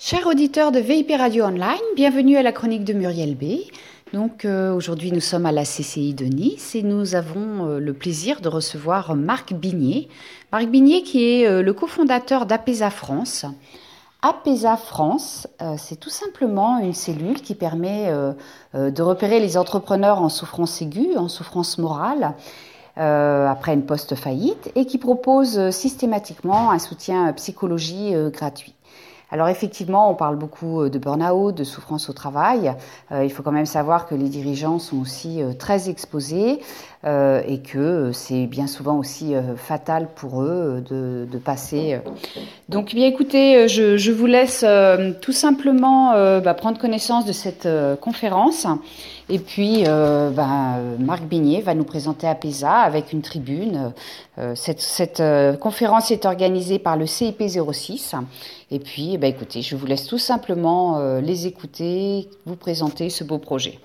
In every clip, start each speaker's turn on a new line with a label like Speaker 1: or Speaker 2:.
Speaker 1: Chers auditeurs de VIP Radio Online, bienvenue à la chronique de Muriel B. Donc aujourd'hui nous sommes à la CCI de Nice et nous avons le plaisir de recevoir Marc Bignet. Marc Bignet qui est le cofondateur d'Apesa France. Apesa France, c'est tout simplement une cellule qui permet de repérer les entrepreneurs en souffrance aiguë, en souffrance morale, après une post-faillite, et qui propose systématiquement un soutien psychologie gratuit. Alors effectivement, on parle beaucoup de burn-out, de souffrance au travail. Il faut quand même savoir que les dirigeants sont aussi très exposés et que c'est bien souvent aussi fatal pour eux de passer. Donc bien écoutez, je vous laisse tout simplement prendre connaissance de cette conférence. Et puis Marc Bignet va nous présenter Apesa avec une tribune. Cette conférence est organisée par le CIP 06. Et puis, écoutez, je vous laisse tout simplement les écouter, vous présenter ce beau projet.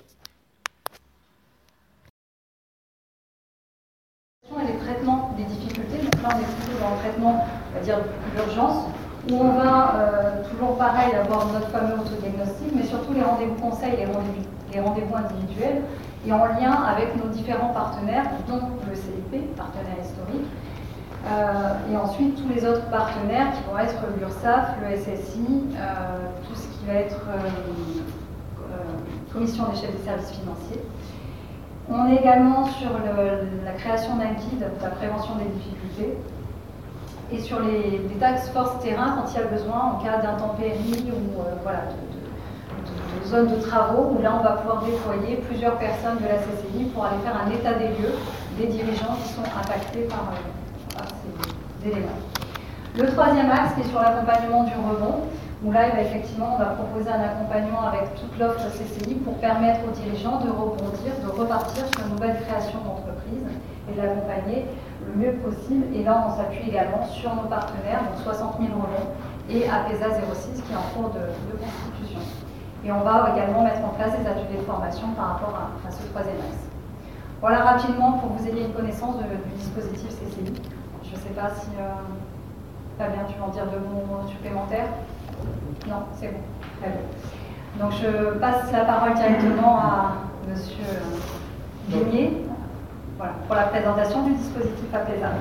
Speaker 2: Et les traitements des difficultés, donc là on est plutôt dans le traitement, on va dire, d'urgence, où on va toujours pareil avoir notre fameux autodiagnostic, mais surtout les rendez-vous conseils, les rendez-vous individuels, et en lien avec nos différents partenaires, dont le CIP, partenaire historique, et ensuite tous les autres partenaires qui vont être l'URSSAF, le SSI, tout ce qui va être commission des chefs des services financiers. On est également sur la création d'un guide de la prévention des difficultés et sur les task force terrain quand il y a besoin en cas d'intempéries ou de zones de travaux où là on va pouvoir déployer plusieurs personnes de la CCI pour aller faire un état des lieux des dirigeants qui sont impactés par ces éléments. Le troisième axe qui est sur l'accompagnement du rebond, où là effectivement on va proposer un accompagnement avec toute l'offre CCI pour permettre aux dirigeants de rebondir, de repartir sur une nouvelle création d'entreprise et de l'accompagner le mieux possible. Et là on s'appuie également sur nos partenaires, donc 60 000 rebonds et Apesa 06 qui est en cours de constitution. Et on va également mettre en place des ateliers de formation par rapport à ce troisième axe. Voilà rapidement pour que vous ayez une connaissance du dispositif CCI. Je ne sais pas si Fabien, tu veux en dire deux mots supplémentaires? Non, c'est bon. Très bien. Donc je passe la parole directement à Monsieur Bignet, voilà, pour la présentation du dispositif Apesa.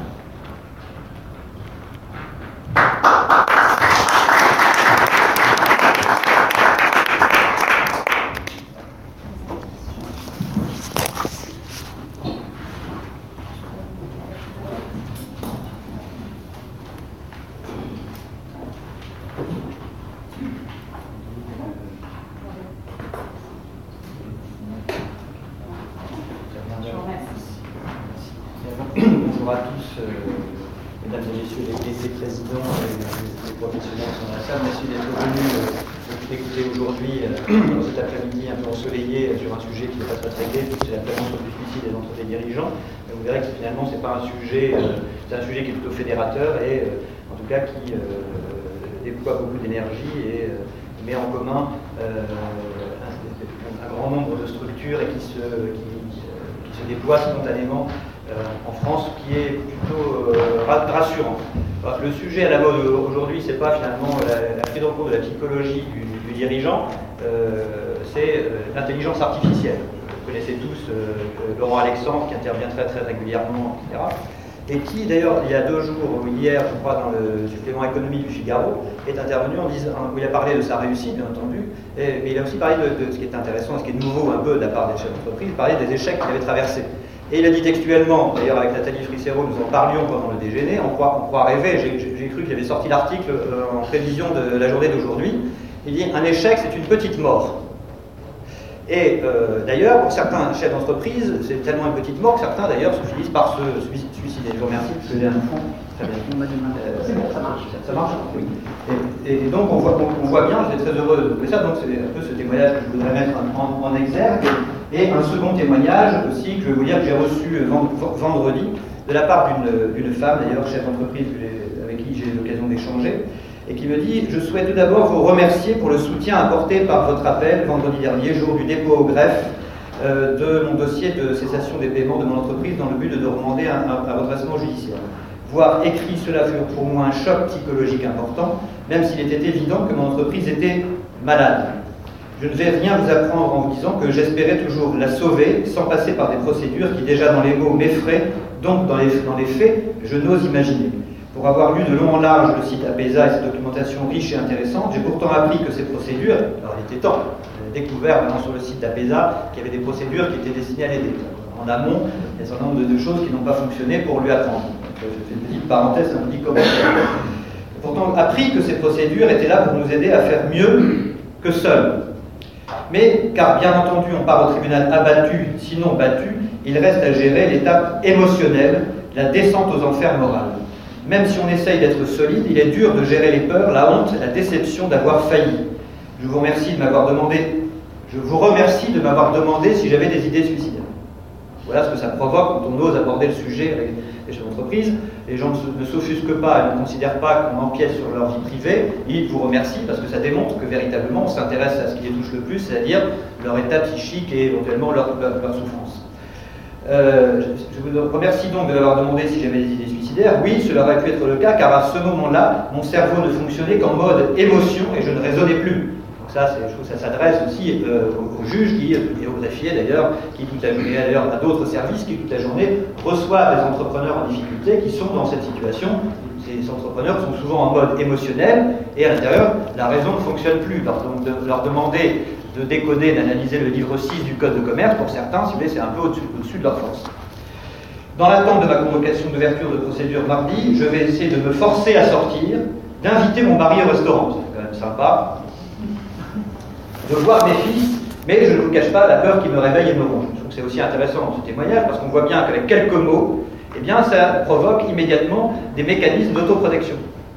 Speaker 3: Bonjour à tous, mesdames et messieurs les présidents et les professionnels qui sont dans la salle. Merci d'être venus écouter aujourd'hui, cet après-midi un peu ensoleillé, sur un sujet qui n'est pas très gai, c'est la prévention du suicide entre les dirigeants. Et vous verrez que finalement, c'est pas un sujet, c'est un sujet qui est plutôt fédérateur et en tout cas qui déploie beaucoup d'énergie et met en commun un grand nombre de structures et qui se déploie spontanément en France, qui est plutôt rassurant. Alors, le sujet à la mode aujourd'hui, c'est pas finalement la prise en compte de la psychologie du dirigeant, c'est l'intelligence artificielle. Vous connaissez tous Laurent Alexandre qui intervient très très régulièrement, etc. Et qui d'ailleurs il y a 2 jours, ou hier je crois dans le supplément économie du Figaro, est intervenu en disant, où il a parlé de sa réussite bien entendu, mais il a aussi parlé de ce qui est intéressant, ce qui est nouveau un peu de la part des chefs d'entreprise, il parlait des échecs qu'il avait traversés. Et il a dit textuellement, d'ailleurs avec Nathalie Frissero, nous en parlions pendant le déjeuner, on croit rêver, j'ai cru qu'il avait sorti l'article en prévision de la journée d'aujourd'hui, il dit un échec c'est une petite mort. Et d'ailleurs, pour certains chefs d'entreprise, c'est tellement une petite mort que certains d'ailleurs se finissent par se suicider. Je vous remercie, parce que j'ai un enfant. Très bien. C'est bon, ça marche. Ça marche, oui. Et donc on voit bien, j'étais très heureux de ça, donc c'est un peu ce témoignage que je voudrais mettre en exergue. Et un second témoignage aussi que je vais vous dire que j'ai reçu vendredi de la part d'une femme, d'ailleurs chef d'entreprise avec qui j'ai eu l'occasion d'échanger, et qui me dit « Je souhaite tout d'abord vous remercier pour le soutien apporté par votre appel vendredi dernier, jour du dépôt au greffe de mon dossier de cessation des paiements de mon entreprise dans le but de demander un redressement judiciaire. Voir écrit cela fut pour moi un choc psychologique important. même s'il était évident que mon entreprise était malade. Je ne vais rien vous apprendre en vous disant que j'espérais toujours la sauver sans passer par des procédures qui déjà dans les mots m'effraient, donc dans les faits, je n'ose imaginer. Pour avoir lu de long en large le site APESA et sa documentation riche et intéressante, j'ai pourtant appris que ces procédures, alors il était temps, j'ai découvert maintenant sur le site d'APESA qu'il y avait des procédures qui étaient destinées à l'aider. En amont, il y a un certain nombre de choses qui n'ont pas fonctionné pour lui apprendre. Donc, je fais une petite parenthèse, ça me dit comment. J'ai pourtant appris que ces procédures étaient là pour nous aider à faire mieux que seuls. Mais, car bien entendu, on part au tribunal abattu, sinon battu, il reste à gérer l'étape émotionnelle, la descente aux enfers morales. Même si on essaye d'être solide, il est dur de gérer les peurs, la honte, la déception d'avoir failli. Je vous remercie de m'avoir demandé si j'avais des idées suicidaires. Voilà ce que ça provoque quand on ose aborder le sujet avec les chefs d'entreprise. Les gens ne s'offusquent pas, ne considèrent pas qu'on empiète sur leur vie privée. Ils vous remercient parce que ça démontre que véritablement on s'intéresse à ce qui les touche le plus, c'est-à-dire leur état psychique et éventuellement leur souffrance. Je vous remercie donc de m'avoir demandé si j'avais des idées suicidaires. Oui, cela aurait pu être le cas, car à ce moment-là, mon cerveau ne fonctionnait qu'en mode émotion et je ne raisonnais plus. Donc ça, je trouve que ça s'adresse aussi aux juges et aux greffiers d'ailleurs, et d'ailleurs à d'autres services qui toute la journée reçoivent des entrepreneurs en difficulté qui sont dans cette situation. Ces entrepreneurs sont souvent en mode émotionnel et à l'intérieur, la raison ne fonctionne plus. Donc de leur demander de décoder, d'analyser le livre 6 du Code de commerce, pour certains, si vous voulez, c'est un peu au-dessus de leur force. Dans l'attente de ma convocation d'ouverture de procédure mardi, je vais essayer de me forcer à sortir, d'inviter mon mari au restaurant, c'est quand même sympa, de voir mes fils, mais je ne vous cache pas la peur qui me réveille et me ronge. Je trouve que c'est aussi intéressant dans ce témoignage, parce qu'on voit bien qu'avec quelques mots, eh bien, ça provoque immédiatement des mécanismes d'autoprotection.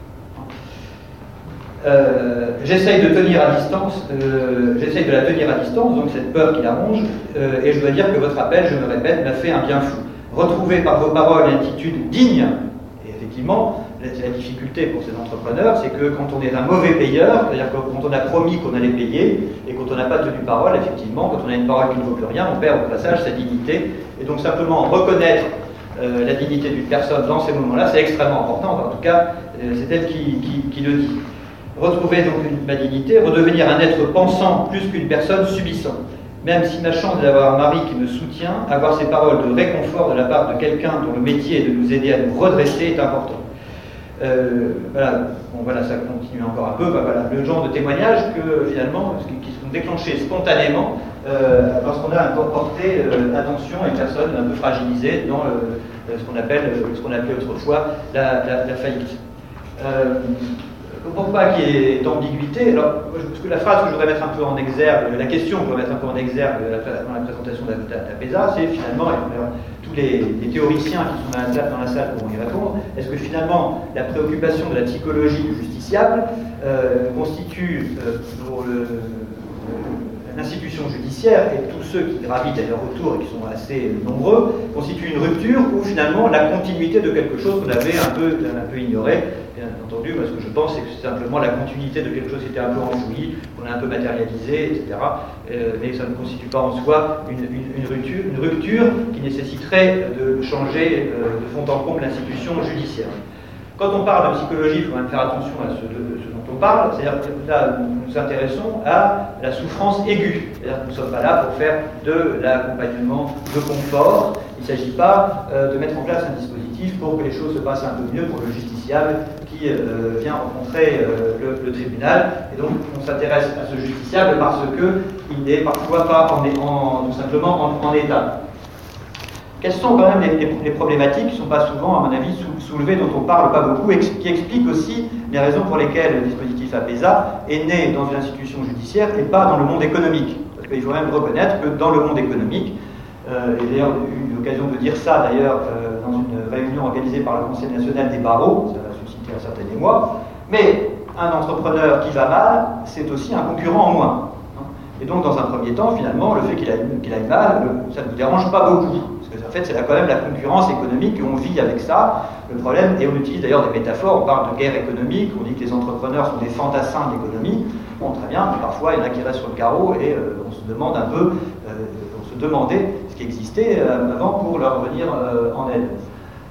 Speaker 3: J'essaye de tenir à distance, j'essaye de la tenir à distance, donc cette peur qui la ronge, et je dois dire que votre appel, je me répète, m'a fait un bien fou. Retrouver par vos paroles une attitude digne, et effectivement, c'est la difficulté pour ces entrepreneurs, c'est que quand on est un mauvais payeur, c'est-à-dire que quand on a promis qu'on allait payer, et quand on n'a pas tenu parole, effectivement, quand on a une parole qui ne vaut plus rien, on perd au passage sa dignité, et donc simplement reconnaître la dignité d'une personne dans ces moments-là, c'est extrêmement important, en tout cas, c'est elle qui le dit. Retrouver donc ma dignité, redevenir un être pensant plus qu'une personne subissant. Même si ma chance d'avoir un mari qui me soutient, avoir ces paroles de réconfort de la part de quelqu'un dont le métier est de nous aider à nous redresser est important. Voilà, ça continue encore un peu. Voilà, le genre de témoignages que finalement, qui sont déclenchés spontanément lorsqu'on a porté attention à une personne un peu fragilisée dans ce qu'on appelait autrefois la faillite. Pourquoi qu'il y ait d'ambiguïté? Alors, parce que la phrase que je voudrais mettre un peu en exergue, la question que je voudrais mettre un peu en exergue dans la présentation d'APESA, c'est finalement, tous les théoriciens qui sont dans la salle pourront y répondre, est-ce que finalement la préoccupation de la psychologie du justiciable constitue pour l'institution judiciaire et tous ceux qui gravitent à leur autour et qui sont assez nombreux, constitue une rupture ou finalement la continuité de quelque chose qu'on avait un peu ignoré. Bien entendu, moi, ce que je pense, c'est que c'est simplement la continuité de quelque chose qui était un peu enfoui, qu'on a un peu matérialisé, etc. Mais ça ne constitue pas en soi une rupture qui nécessiterait de changer de fond en comble l'institution judiciaire. Quand on parle de psychologie, il faut même faire attention à ce dont on parle, c'est-à-dire que là, nous nous intéressons à la souffrance aiguë. C'est-à-dire que nous ne sommes pas là pour faire de l'accompagnement de confort. Il ne s'agit pas de mettre en place un dispositif pour que les choses se passent un peu mieux pour le justiciable qui vient rencontrer le tribunal. Et donc, on s'intéresse à ce justiciable parce qu'il n'est parfois pas tout simplement en état. Quelles sont quand même les problématiques qui ne sont pas souvent, à mon avis, soulevées, dont on ne parle pas beaucoup, et qui expliquent aussi les raisons pour lesquelles le dispositif APESA est né dans une institution judiciaire et pas dans le monde économique. Parce qu'il faut même reconnaître que dans le monde économique, et d'ailleurs eu l'occasion de dire ça d'ailleurs dans une réunion organisée par le Conseil national des barreaux, ça va susciter un certain émoi, mais un entrepreneur qui va mal, c'est aussi un concurrent en moins. Et donc, dans un premier temps, finalement, le fait qu'il aille mal, ça ne nous dérange pas beaucoup. Parce que, en fait, c'est quand même la concurrence économique, et on vit avec ça. Le problème, et on utilise d'ailleurs des métaphores, on parle de guerre économique, on dit que les entrepreneurs sont des fantassins de l'économie. Bon, très bien, mais parfois, il y en a qui restent sur le carreau, et on se demande un peu, on se demandait ce qui existait avant pour leur venir en aide.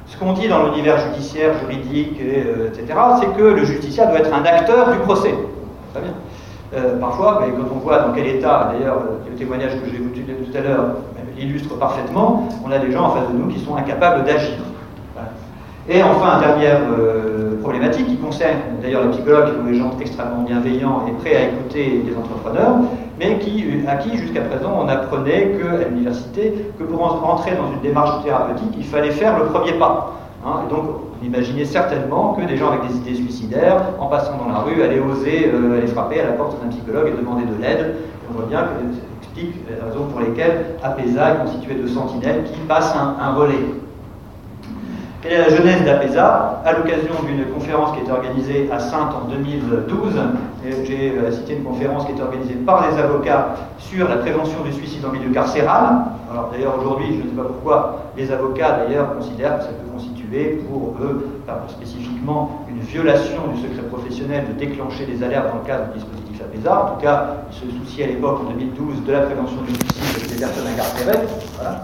Speaker 3: Ce qu'on dit dans l'univers judiciaire, juridique, etc., c'est que le justiciable doit être un acteur du procès. Très bien. Parfois, mais quand on voit dans quel état, d'ailleurs, le témoignage que je l'ai écouté tout à l'heure illustre parfaitement, on a des gens en face de nous qui sont incapables d'agir. Voilà. Et enfin, dernière problématique qui concerne d'ailleurs les psychologues qui sont des gens extrêmement bienveillants et prêts à écouter les entrepreneurs, mais à qui jusqu'à présent on apprenait qu'à l'université, que pour entrer dans une démarche thérapeutique, il fallait faire le premier pas. Hein, et donc, on imaginait certainement que des gens avec des idées suicidaires, en passant dans la rue, allaient oser aller frapper à la porte d'un psychologue et demander de l'aide. Et on voit bien que ça explique les raisons pour lesquelles APESA est constitué de sentinelles qui passent un relais. Quelle est la genèse d'APESA? À l'occasion d'une conférence qui était organisée à Saintes en 2012, j'ai cité une conférence qui était organisée par des avocats sur la prévention du suicide en milieu carcéral. Alors d'ailleurs aujourd'hui, je ne sais pas pourquoi, les avocats d'ailleurs considèrent que ça peut constituer pour eux, spécifiquement, une violation du secret professionnel de déclencher des alertes dans le cadre du dispositif APESA. En tout cas, ils se souciaient à l'époque, en 2012, de la prévention du suicide des personnes incarcérées. Voilà.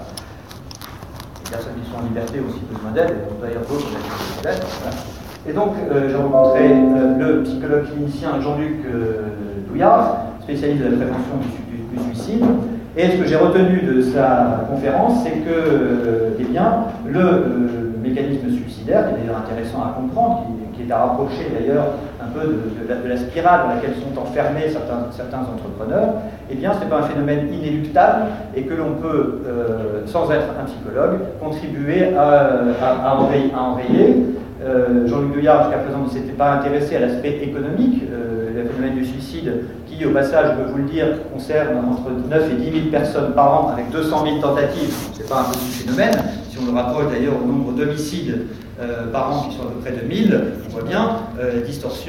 Speaker 3: Les personnes qui sont en liberté ont aussi besoin d'aide, et d'ailleurs d'autres d'aide. Voilà. Et donc, j'ai rencontré le psychologue clinicien Jean-Luc Douillard, spécialiste de la prévention du suicide. Et ce que j'ai retenu de sa conférence, c'est que eh bien, le mécanisme suicidaire, qui est d'ailleurs intéressant à comprendre, qui est à rapprocher d'ailleurs un peu de la spirale dans laquelle sont enfermés certains entrepreneurs, eh bien, ce n'est pas un phénomène inéluctable et que l'on peut, sans être un psychologue, contribuer à enrayer. Jean-Luc Douillard, jusqu'à présent, ne s'était pas intéressé à l'aspect économique. Le phénomène du suicide, qui, au passage, je peux vous le dire, concerne entre 9 et 10 000 personnes par an, avec 200 000 tentatives. Ce n'est pas un petit phénomène. Si on le rapproche d'ailleurs au nombre d'homicides par an, qui sont à peu près de 1000, on voit bien la distorsion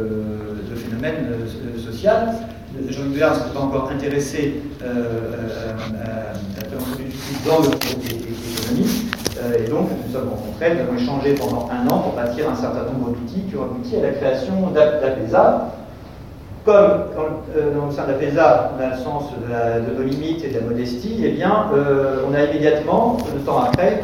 Speaker 3: de phénomène social. Jean-Luc Douillard ne s'est pas encore intéressé à la prévention du suicide dans le groupe économique. Et donc, nous sommes rencontrés, nous avons échangé pendant un an pour bâtir un certain nombre d'outils qui ont abouti à la création d'APESA. Comme au sein d'APESA, on a le sens de nos limites et de la modestie, eh bien, on a immédiatement, peu de temps après,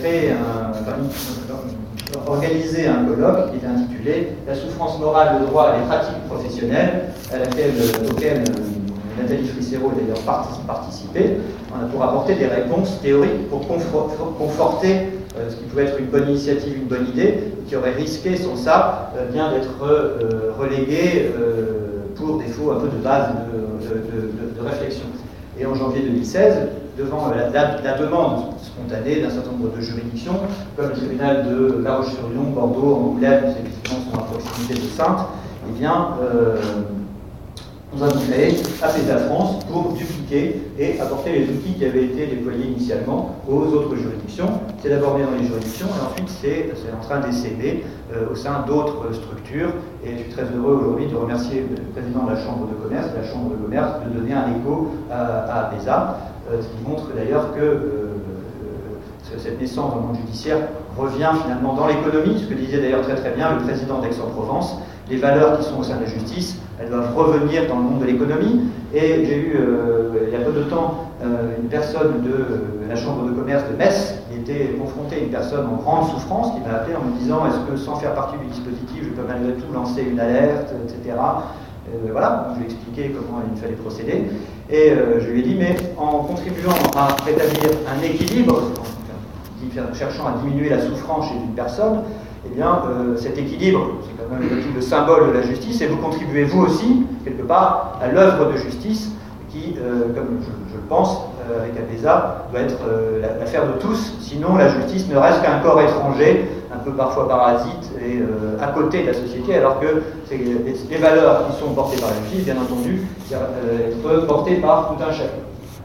Speaker 3: organisé un colloque qui est intitulé « La souffrance morale, le droit et les pratiques professionnelles », auquel Nathalie Frissero a d'ailleurs participé, pour apporter des réponses théoriques pour conforter ce qui pouvait être une bonne initiative, une bonne idée, qui aurait risqué, sans ça, bien d'être relégué pour défaut un peu de base de réflexion. Et en janvier 2016, devant la demande spontanée d'un certain nombre de juridictions, comme le tribunal de La Roche-sur-Yon, Bordeaux, Angoulême, ces juridictions sont à proximité de Saintes, eh bien, nous avons créé APESA France pour dupliquer et apporter les outils qui avaient été déployés initialement aux autres juridictions. C'est d'abord mis dans les juridictions et ensuite c'est en train d'essaimer au sein d'autres structures. Et je suis très heureux aujourd'hui de remercier le président de la Chambre de commerce, de donner un écho à APESA, ce qui montre d'ailleurs que cette naissance dans le monde judiciaire revient finalement dans l'économie, ce que disait d'ailleurs très très bien le président d'Aix-en-Provence. Les valeurs qui sont au sein de la justice, elles doivent revenir dans le monde de l'économie. Et j'ai eu, il y a peu de temps, une personne de la Chambre de commerce de Metz qui était confrontée à une personne en grande souffrance, qui m'a appelé en me disant « Est-ce que sans faire partie du dispositif, je peux malgré tout lancer une alerte, etc. » Voilà, je lui ai expliqué comment il fallait procéder. Et je lui ai dit « Mais en contribuant à rétablir un équilibre, en cherchant à diminuer la souffrance chez une personne, eh bien, cet équilibre, c'est quand même le symbole de la justice, et vous contribuez vous aussi, quelque part, à l'œuvre de justice qui, comme je le pense, avec APESA, doit être l'affaire de tous, sinon la justice ne reste qu'un corps étranger, un peu parfois parasite, et à côté de la société, alors que les valeurs qui sont portées par la justice, bien entendu, être portées par tout un chacun.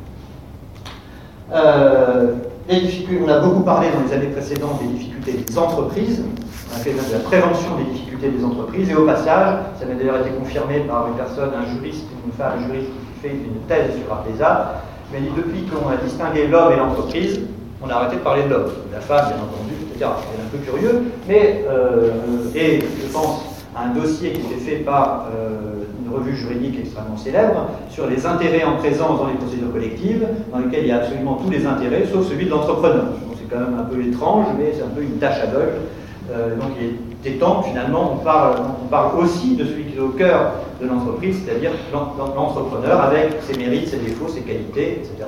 Speaker 3: Les difficultés, on a beaucoup parlé dans les années précédentes des difficultés des entreprises, on a fait de la prévention des difficultés des entreprises, et au passage, ça m'a d'ailleurs été confirmé par une personne, un juriste, une femme juriste qui fait une thèse sur APESA, qui m'a dit depuis qu'on a distingué l'homme et l'entreprise, on a arrêté de parler de l'homme, de la femme bien entendu, etc. C'est un peu curieux, mais et je pense à un dossier qui était fait par une revue juridique extrêmement célèbre sur les intérêts en présence dans les procédures collectives, dans lesquelles il y a absolument tous les intérêts, sauf celui de l'entrepreneur. Donc c'est quand même un peu étrange, mais c'est un peu une tâche aveugle. Donc il est temps, finalement, on parle aussi de celui qui est au cœur de l'entreprise, c'est-à-dire l'entrepreneur avec ses mérites, ses défauts, ses qualités, etc.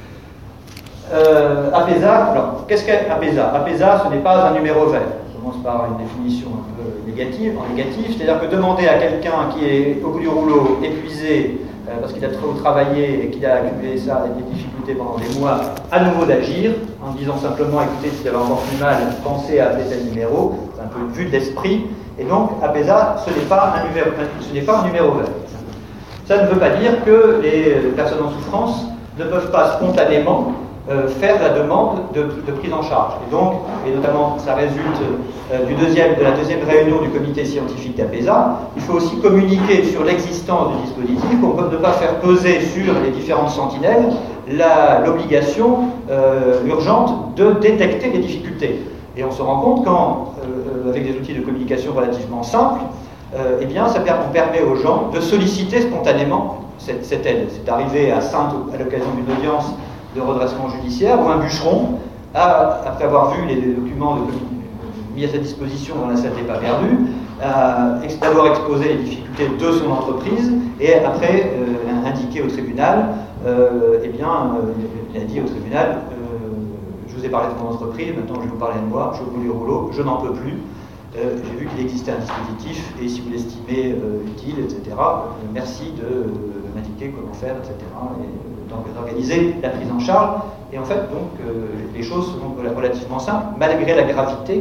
Speaker 3: APESA, alors qu'est-ce qu'est APESA? APESA, ce n'est pas un numéro vert. On commence par une définition un peu négative, c'est-à-dire que demander à quelqu'un qui est au bout du rouleau, épuisé, parce qu'il a trop travaillé et qu'il a accumulé ça avec des difficultés pendant des mois, à nouveau d'agir, en disant simplement, écoutez, si vous avez encore plus mal, pensez à appeler tel numéro, c'est un peu une vue de l'esprit, et donc APESA, ce n'est pas un numéro vert. Ça ne veut pas dire que les personnes en souffrance ne peuvent pas spontanément faire la demande de prise en charge. Et donc, et notamment, ça résulte de la deuxième réunion du comité scientifique d'APESA, il faut aussi communiquer sur l'existence du dispositif pour ne pas faire peser sur les différentes sentinelles l'obligation urgente de détecter les difficultés. Et on se rend compte quand, avec des outils de communication relativement simples, eh bien, on permet aux gens de solliciter spontanément cette aide. C'est arrivé à Saintes à l'occasion d'une audience de redressement judiciaire, où un bûcheron, après avoir vu les documents mis à sa disposition dans la salle des pas perdus, a d'abord exposé les difficultés de son entreprise, et après indiqué au tribunal, eh bien, il a dit au tribunal, je vous ai parlé de mon entreprise, maintenant je vais vous parler de moi, je suis au bout du rouleau, je n'en peux plus. J'ai vu qu'il existait un dispositif, et si vous l'estimez utile, etc., merci de m'indiquer comment faire, etc., et d'organiser la prise en charge. Et en fait, donc, les choses sont relativement simples, malgré la gravité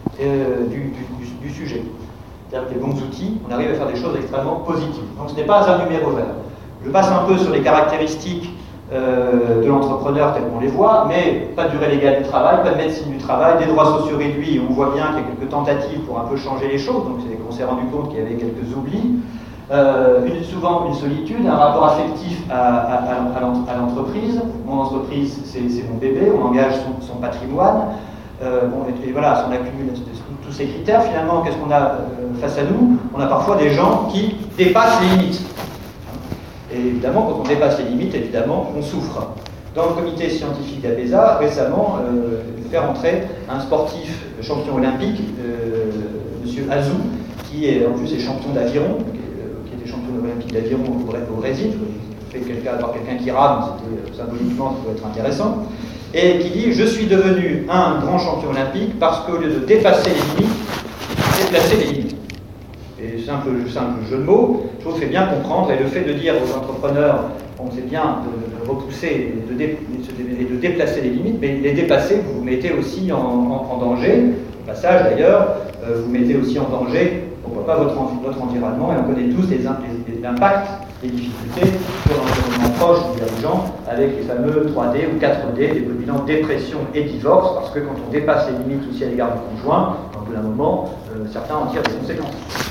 Speaker 3: du sujet. C'est-à-dire que les bons outils, on arrive à faire des choses extrêmement positives. Donc ce n'est pas un numéro vert. Je passe un peu sur les caractéristiques de l'entrepreneur tel qu'on les voit, mais pas de durée légale du travail, pas de médecine du travail, des droits sociaux réduits, on voit bien qu'il y a quelques tentatives pour un peu changer les choses, donc on s'est rendu compte qu'il y avait quelques oublis, souvent une solitude, un rapport affectif à l'entreprise. Mon entreprise, c'est mon bébé, on engage son patrimoine, et voilà, si on accumule tous ces critères, finalement, qu'est-ce qu'on a face à nous? On a parfois des gens qui dépassent les limites. Et évidemment, quand on dépasse les limites, évidemment, on souffre. Dans le comité scientifique d'APESA, récemment, fait rentrer un sportif champion olympique, M. Azou, qui est en plus est champion d'aviron, qui était champion olympique d'aviron au Brésil. Avoir quelqu'un qui rame, c'était symboliquement, ça peut être intéressant. Et qui dit, je suis devenu un grand champion olympique parce qu'au lieu de dépasser les limites, déplacer les limites. Et c'est un peu jeu de mots, je trouve que c'est bien comprendre, et le fait de dire aux entrepreneurs, on sait bien de repousser et de déplacer les limites, mais les dépasser, vous vous mettez aussi en danger. Au passage d'ailleurs, vous mettez aussi en danger, pourquoi pas, votre environnement, et on connaît tous l'impact des difficultés sur l'environnement proche du dirigeant, avec les fameux 3D ou 4D, des bilans dépression et divorce, parce que quand on dépasse les limites aussi à l'égard du conjoint, au bout d'un moment, certains en tirent des conséquences.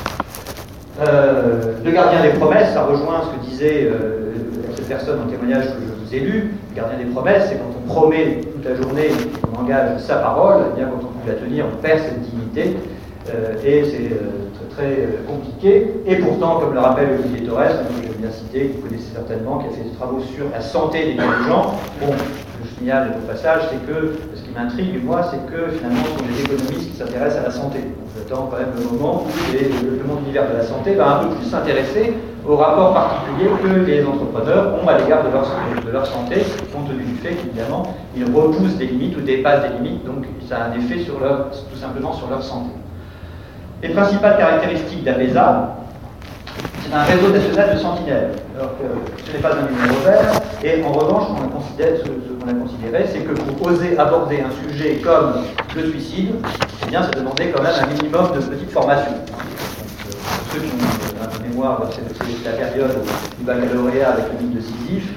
Speaker 3: Le gardien des promesses, ça rejoint ce que disait cette personne en témoignage que je vous ai lu. Le gardien des promesses, c'est quand on promet toute la journée, on engage sa parole, et bien quand on peut la tenir, on perd cette dignité, et c'est très compliqué. Et pourtant, comme le rappelle Olivier Torres, une université que vous connaissez certainement, qui a fait des travaux sur la santé des dirigeants, bon, je signale au passage, c'est que ce qui m'intrigue, moi, c'est que finalement, ce sont des économistes qui s'intéressent à la santé. On attend quand même le moment où le monde univers de la santé va un peu plus s'intéresser au rapport particulier que les entrepreneurs ont à l'égard de leur santé, compte tenu du fait qu'évidemment, ils repoussent des limites ou dépassent des limites, donc ça a un effet tout simplement sur leur santé. Les principales caractéristiques d'APESA, c'est un réseau national de sentinelles. Alors que ce n'est pas un numéro vert, et en revanche, ce qu'on a considéré, c'est que pour oser aborder un sujet comme le suicide, eh bien, ça demandait quand même un minimum de petite formation. Pour ceux qui ont un mémoire, c'est la période du baccalauréat avec le livre de Sisyphe,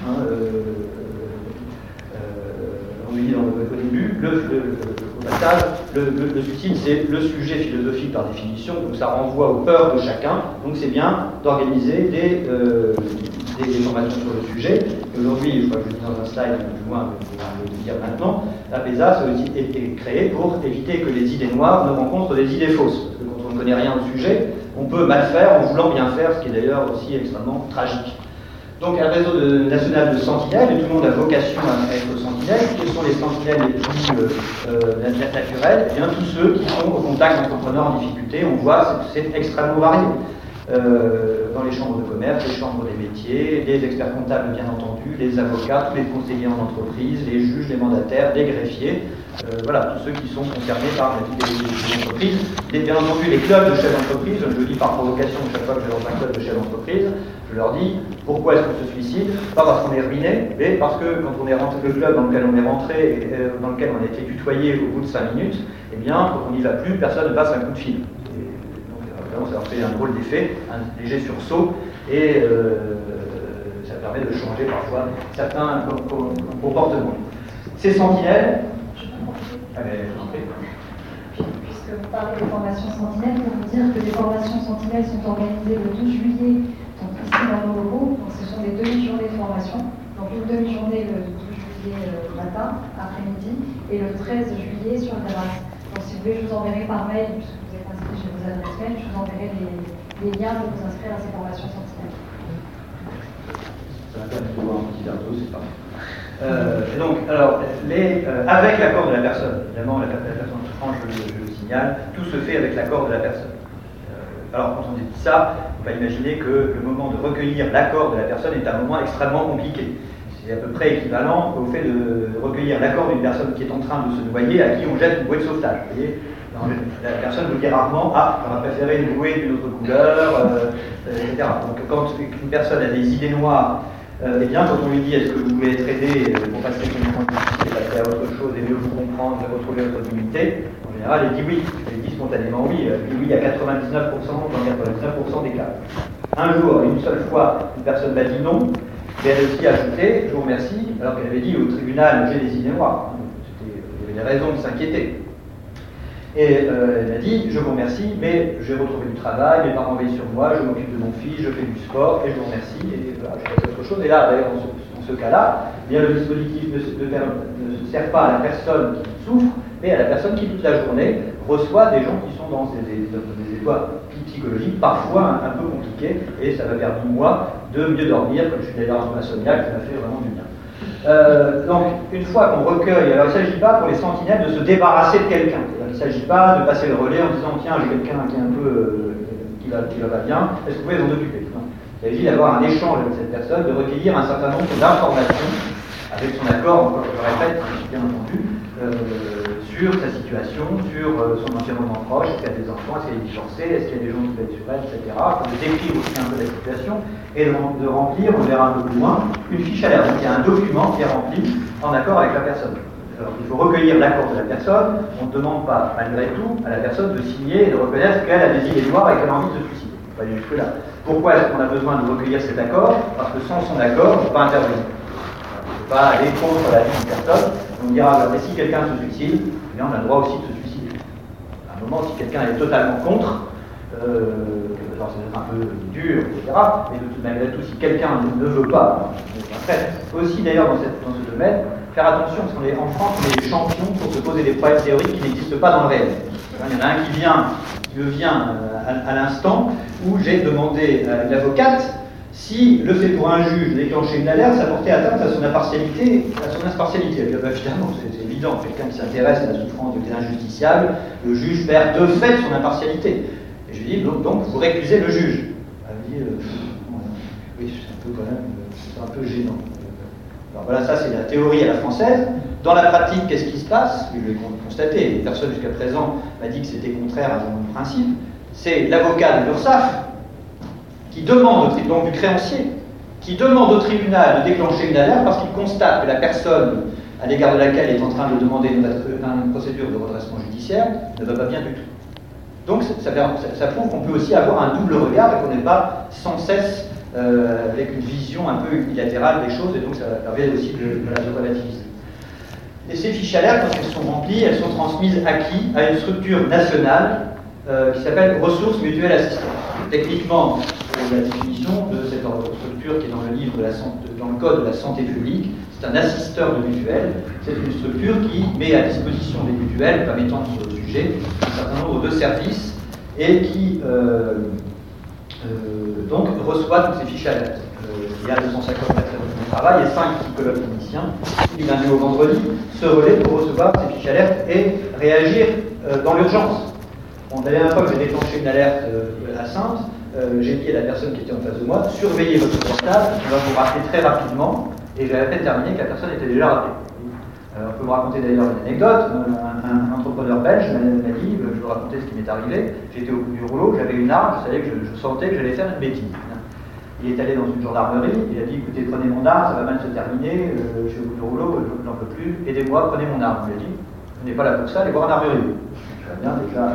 Speaker 3: on le dit au début, au passage, le suicide, c'est le sujet philosophique par définition, donc ça renvoie aux peurs de chacun, donc c'est bien d'organiser des formations sur le sujet. Aujourd'hui, je crois que je suis dans un slide, du moins, je vais le dire maintenant, l'APESA a été créé pour éviter que les idées noires ne rencontrent des idées fausses. Parce que quand on ne connaît rien au sujet, on peut mal faire en voulant bien faire, ce qui est d'ailleurs aussi extrêmement tragique. Donc, il y a un réseau national de sentinelles, et tout le monde a vocation à être sentinelle. Quels sont les sentinelles les plus naturelles? Eh bien, tous ceux qui sont au contact d'entrepreneurs en difficulté. On voit que c'est extrêmement varié. Dans les chambres de commerce, les chambres des métiers, les experts comptables bien entendu, les avocats, tous les conseillers en entreprise, les juges, les mandataires, les greffiers, voilà, tous ceux qui sont concernés par la vie des entreprises. Et bien entendu, les clubs de chefs d'entreprise, je le dis par provocation chaque fois que je vais dans un club de chefs d'entreprise, je leur dis pourquoi est-ce qu'on se suicide? Pas parce qu'on est ruiné, mais parce que quand on est rentré, le club dans lequel on est rentré, dans lequel on a été tutoyé au bout de 5 minutes, eh bien, quand on n'y va plus, personne ne passe un coup de fil. Ça leur fait un drôle d'effet, un léger sursaut, et ça permet de changer parfois certains comportements. Ces sentinelles.
Speaker 2: Puisque vous parlez des formations sentinelles, pour vous dire que les formations sentinelles sont organisées le 12 juillet, donc ici dans nos locaux. Donc ce sont des demi-journées de formation. Donc une demi-journée le 12 juillet matin, après-midi, et le 13 juillet sur la terrasse. Donc si vous voulez, je vous enverrai par mail, puisque vous êtes inscrit chez vos adresses mail, je vous enverrai les liens pour vous inscrire à ces formations sentinelles.
Speaker 3: Ça va permettre de voir un petit verre d'eau, c'est parfait. Donc, alors, avec l'accord de la personne, évidemment, la personne franche, je le signale, tout se fait avec l'accord de la personne. Alors, quand on dit ça, on va imaginer que le moment de recueillir l'accord de la personne est un moment extrêmement compliqué. C'est à peu près équivalent au fait de recueillir l'accord d'une personne qui est en train de se noyer, à qui on jette une bouée de sauvetage. Vous voyez, la personne vous dit rarement « Ah, on va préférer une bouée d'une autre couleur, etc. » Donc, quand une personne a des idées noires, eh bien, quand on lui dit « Est-ce que vous voulez être aidé pour passer son temps difficile et passer à autre chose et mieux vous comprendre, retrouver votre dignité ?» En général, elle dit oui. Elle dit spontanément oui. Elle dit oui à 99% dans 99% des cas. Un jour, une seule fois, une personne m'a dit non. Et elle a aussi ajouté, je vous remercie, alors qu'elle avait dit au tribunal, j'ai des idées noires. Il y avait des raisons de s'inquiéter. Et elle a dit, je vous remercie, mais j'ai retrouvé du travail, mes parents veillent sur moi, je m'occupe de mon fils, je fais du sport, et je vous remercie, et voilà, je fais autre chose. Et là, d'ailleurs, dans ce cas-là, eh bien, le dispositif ne se sert pas à la personne qui souffre, mais à la personne qui, toute la journée, reçoit des gens qui sont dans des états psychologiques parfois un peu compliqués, et ça m'a permis, moi, de mieux dormir, comme je suis d'ailleurs un insomniaque, ça m'a fait vraiment du bien. Donc, une fois qu'on recueille, alors il ne s'agit pas pour les sentinelles de se débarrasser de quelqu'un. Il ne s'agit pas de passer le relais en disant tiens, j'ai quelqu'un qui est un peu qui va pas bien, est-ce que vous pouvez vous en occuper? Non. Il s'agit d'avoir un échange avec cette personne, de recueillir un certain nombre d'informations, avec son accord, encore je le répète, bien entendu, sur sa situation, sur son environnement proche, est-ce qu'il y a des enfants, est-ce qu'elle est divorcée, est-ce qu'il y a des gens qui veulent sur elle, etc. De décrire aussi un peu la situation et de remplir, on verra un peu plus loin, une fiche alerte. Donc il y a un document qui est rempli en accord avec la personne. Alors il faut recueillir l'accord de la personne, on ne demande pas malgré tout à la personne de signer et de reconnaître qu'elle a des idées noires et qu'elle a envie de se suicider. On va aller jusque-là. Pourquoi est-ce qu'on a besoin de recueillir cet accord? Parce que sans son accord, on ne peut pas intervenir. On ne peut pas aller contre la vie d'une personne. On dira, mais si quelqu'un se suicide, eh bien, on a le droit aussi de se suicider. À un moment, si quelqu'un est totalement contre, alors c'est un peu dur, etc. Mais malgré tout, si quelqu'un ne veut pas, après, aussi d'ailleurs dans ce domaine, faire attention, parce qu'on est en France, on est des champions pour se poser des problèmes théoriques qui n'existent pas dans le réel. Il y en a un qui me vient à l'instant, où j'ai demandé à une avocate si le fait pour un juge de déclencher une alerte, ça portait atteinte à son impartialité. Elle dit, évidemment, c'est évident, quelqu'un qui s'intéresse à la souffrance de l'injusticiable, le juge perd de fait son impartialité. Et je lui dis, donc vous récusez le juge. Elle me dit, oui, c'est un peu gênant. Alors voilà, ça c'est la théorie à la française. Dans la pratique, qu'est-ce qui se passe? Je l'ai constaté, personne jusqu'à présent m'a dit que c'était contraire à mon principe. C'est l'avocat de l'URSSAF qui demande, donc du créancier, qui demande au tribunal de déclencher une alerte parce qu'il constate que la personne à l'égard de laquelle il est en train de demander une procédure de redressement judiciaire ne va pas bien du tout. Donc ça prouve qu'on peut aussi avoir un double regard et qu'on n'est pas sans cesse avec une vision un peu unilatérale des choses, et donc ça permet aussi de la relativiser. Et ces fiches alertes, quand elles sont remplies, elles sont transmises à une structure nationale qui s'appelle Ressources Mutuelles Assistantes. Techniquement, la définition de cette structure qui est dans le livre dans le code de la santé publique, c'est un assisteur de mutuelle. C'est une structure qui met à disposition des mutuelles, pas m'étendre sur le sujet, un certain nombre de services et qui donc reçoit toutes ces fiches alertes. il y a 250 personnes qui travaillent et 5 psychologues cliniciens du lundi au vendredi se relaient pour recevoir ces fiches alertes et réagir dans l'urgence. Bon, la dernière fois que j'ai déclenché une alerte à Sainte, j'ai dit à la personne qui était en face de moi, surveillez votre portable, on va vous rappeler très rapidement, et j'avais à peine terminé que la personne était déjà rappelée. On peut me raconter d'ailleurs une anecdote, un entrepreneur belge m'a dit, je vais vous raconter ce qui m'est arrivé, j'étais au bout du rouleau, j'avais une arme, je savais que je sentais que j'allais faire une bêtise. Il est allé dans une gendarmerie, il a dit, écoutez, prenez mon arme, ça va mal se terminer, je suis au bout du rouleau, je n'en peux plus, aidez-moi, prenez mon arme. Il a dit, vous n'êtes pas là pour ça, allez voir un armurier. Bien, déjà,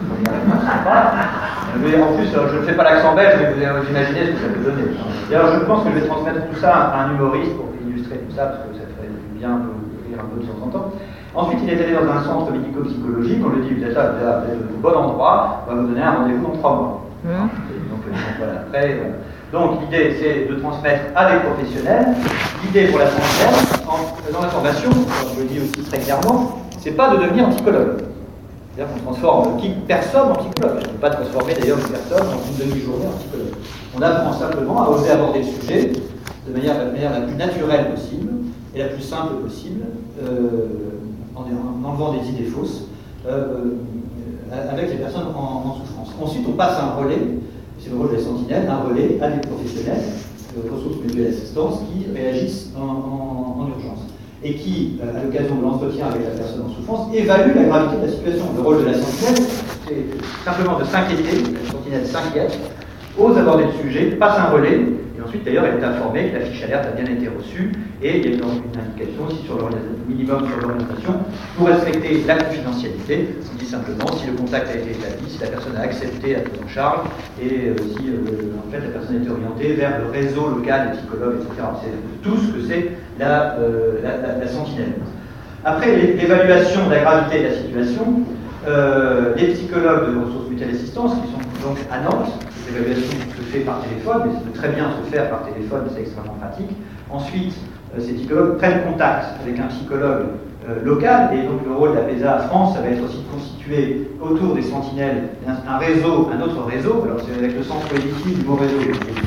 Speaker 3: mais en plus, je ne fais pas l'accent belge, mais vous imaginez ce que ça peut donner. Et alors, je pense que je vais transmettre tout ça à un humoriste pour illustrer tout ça, parce que ça ferait du bien de rire un peu de temps en temps. Ensuite, il est allé dans un centre médico-psychologique, on lui dit, vous êtes là, vous êtes au bon endroit, on va vous donner un rendez-vous dans 3 mois. Donc, voilà, après, donc, l'idée, c'est de transmettre à des professionnels. L'idée pour la transmettre, dans la formation, je le dis aussi très clairement, c'est pas de devenir un psychologue. C'est-à-dire qu'on transforme personne en psychologue. On ne peut pas transformer d'ailleurs une personne en une demi-journée en psychologue. On apprend simplement à oser aborder le sujet de manière la plus naturelle possible et la plus simple possible, en enlevant des idées fausses, avec les personnes en souffrance. Ensuite, on passe un relais, c'est le rôle des sentinelles, un relais à des professionnels de ressources mutuelles d'assistance qui réagissent en urgence. Et qui, à l'occasion de l'entretien avec la personne en souffrance, évalue la gravité de la situation. Le rôle de la sentinelle, c'est simplement de s'inquiéter, la sentinelle s'inquiète, ose aborder le sujet, passe un relais, et ensuite d'ailleurs elle est informée que la fiche alerte a bien été reçue, et il y a une indication aussi sur le minimum sur l'orientation, pour respecter la confidentialité, on dit simplement si le contact a été établi, si la personne a accepté la prise en charge, et si en fait la personne a été orientée vers le réseau local des psychologues, etc. C'est tout ce que c'est la sentinelle. Après l'évaluation de la gravité de la situation, les psychologues de ressources mutuelles d'assistance, qui sont donc à Nantes, l'évaluation se fait par téléphone, mais ça peut très bien se faire par téléphone, c'est extrêmement pratique. Ensuite, ces psychologues prennent contact avec un psychologue local, et donc le rôle de la PESA France, ça va être aussi de constituer autour des sentinelles un réseau, un autre réseau, alors c'est avec le sens politique du mot réseau,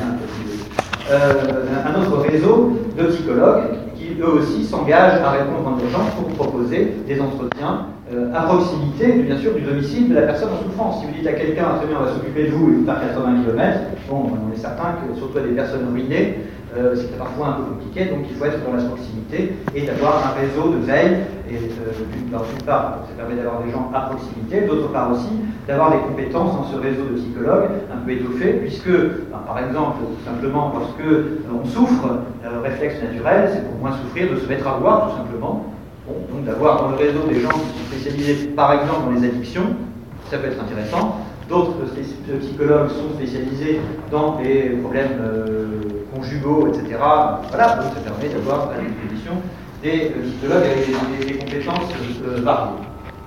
Speaker 3: un autre réseau de psychologues qui eux aussi s'engagent à répondre en urgence pour proposer des entretiens à proximité, bien sûr, du domicile de la personne en souffrance. Si vous dites à quelqu'un, très bien, on va s'occuper de vous et vous faire 80 km, bon, on est certain que, surtout à des personnes ruinées, c'est parfois un peu compliqué, donc il faut être dans la proximité et d'avoir un réseau de veille, et d'une part, ça permet d'avoir des gens à proximité, d'autre part aussi, d'avoir des compétences dans ce réseau de psychologues un peu étoffé, puisque, par exemple, tout simplement, lorsque on souffre, réflexe naturel, c'est pour moins souffrir de se mettre à boire, tout simplement. Bon, donc d'avoir dans le réseau des gens qui sont spécialisés, par exemple, dans les addictions, ça peut être intéressant. D'autres psychologues sont spécialisés dans les problèmes conjugaux, etc. Voilà, donc ça permet d'avoir à disposition des psychologues avec des compétences variées.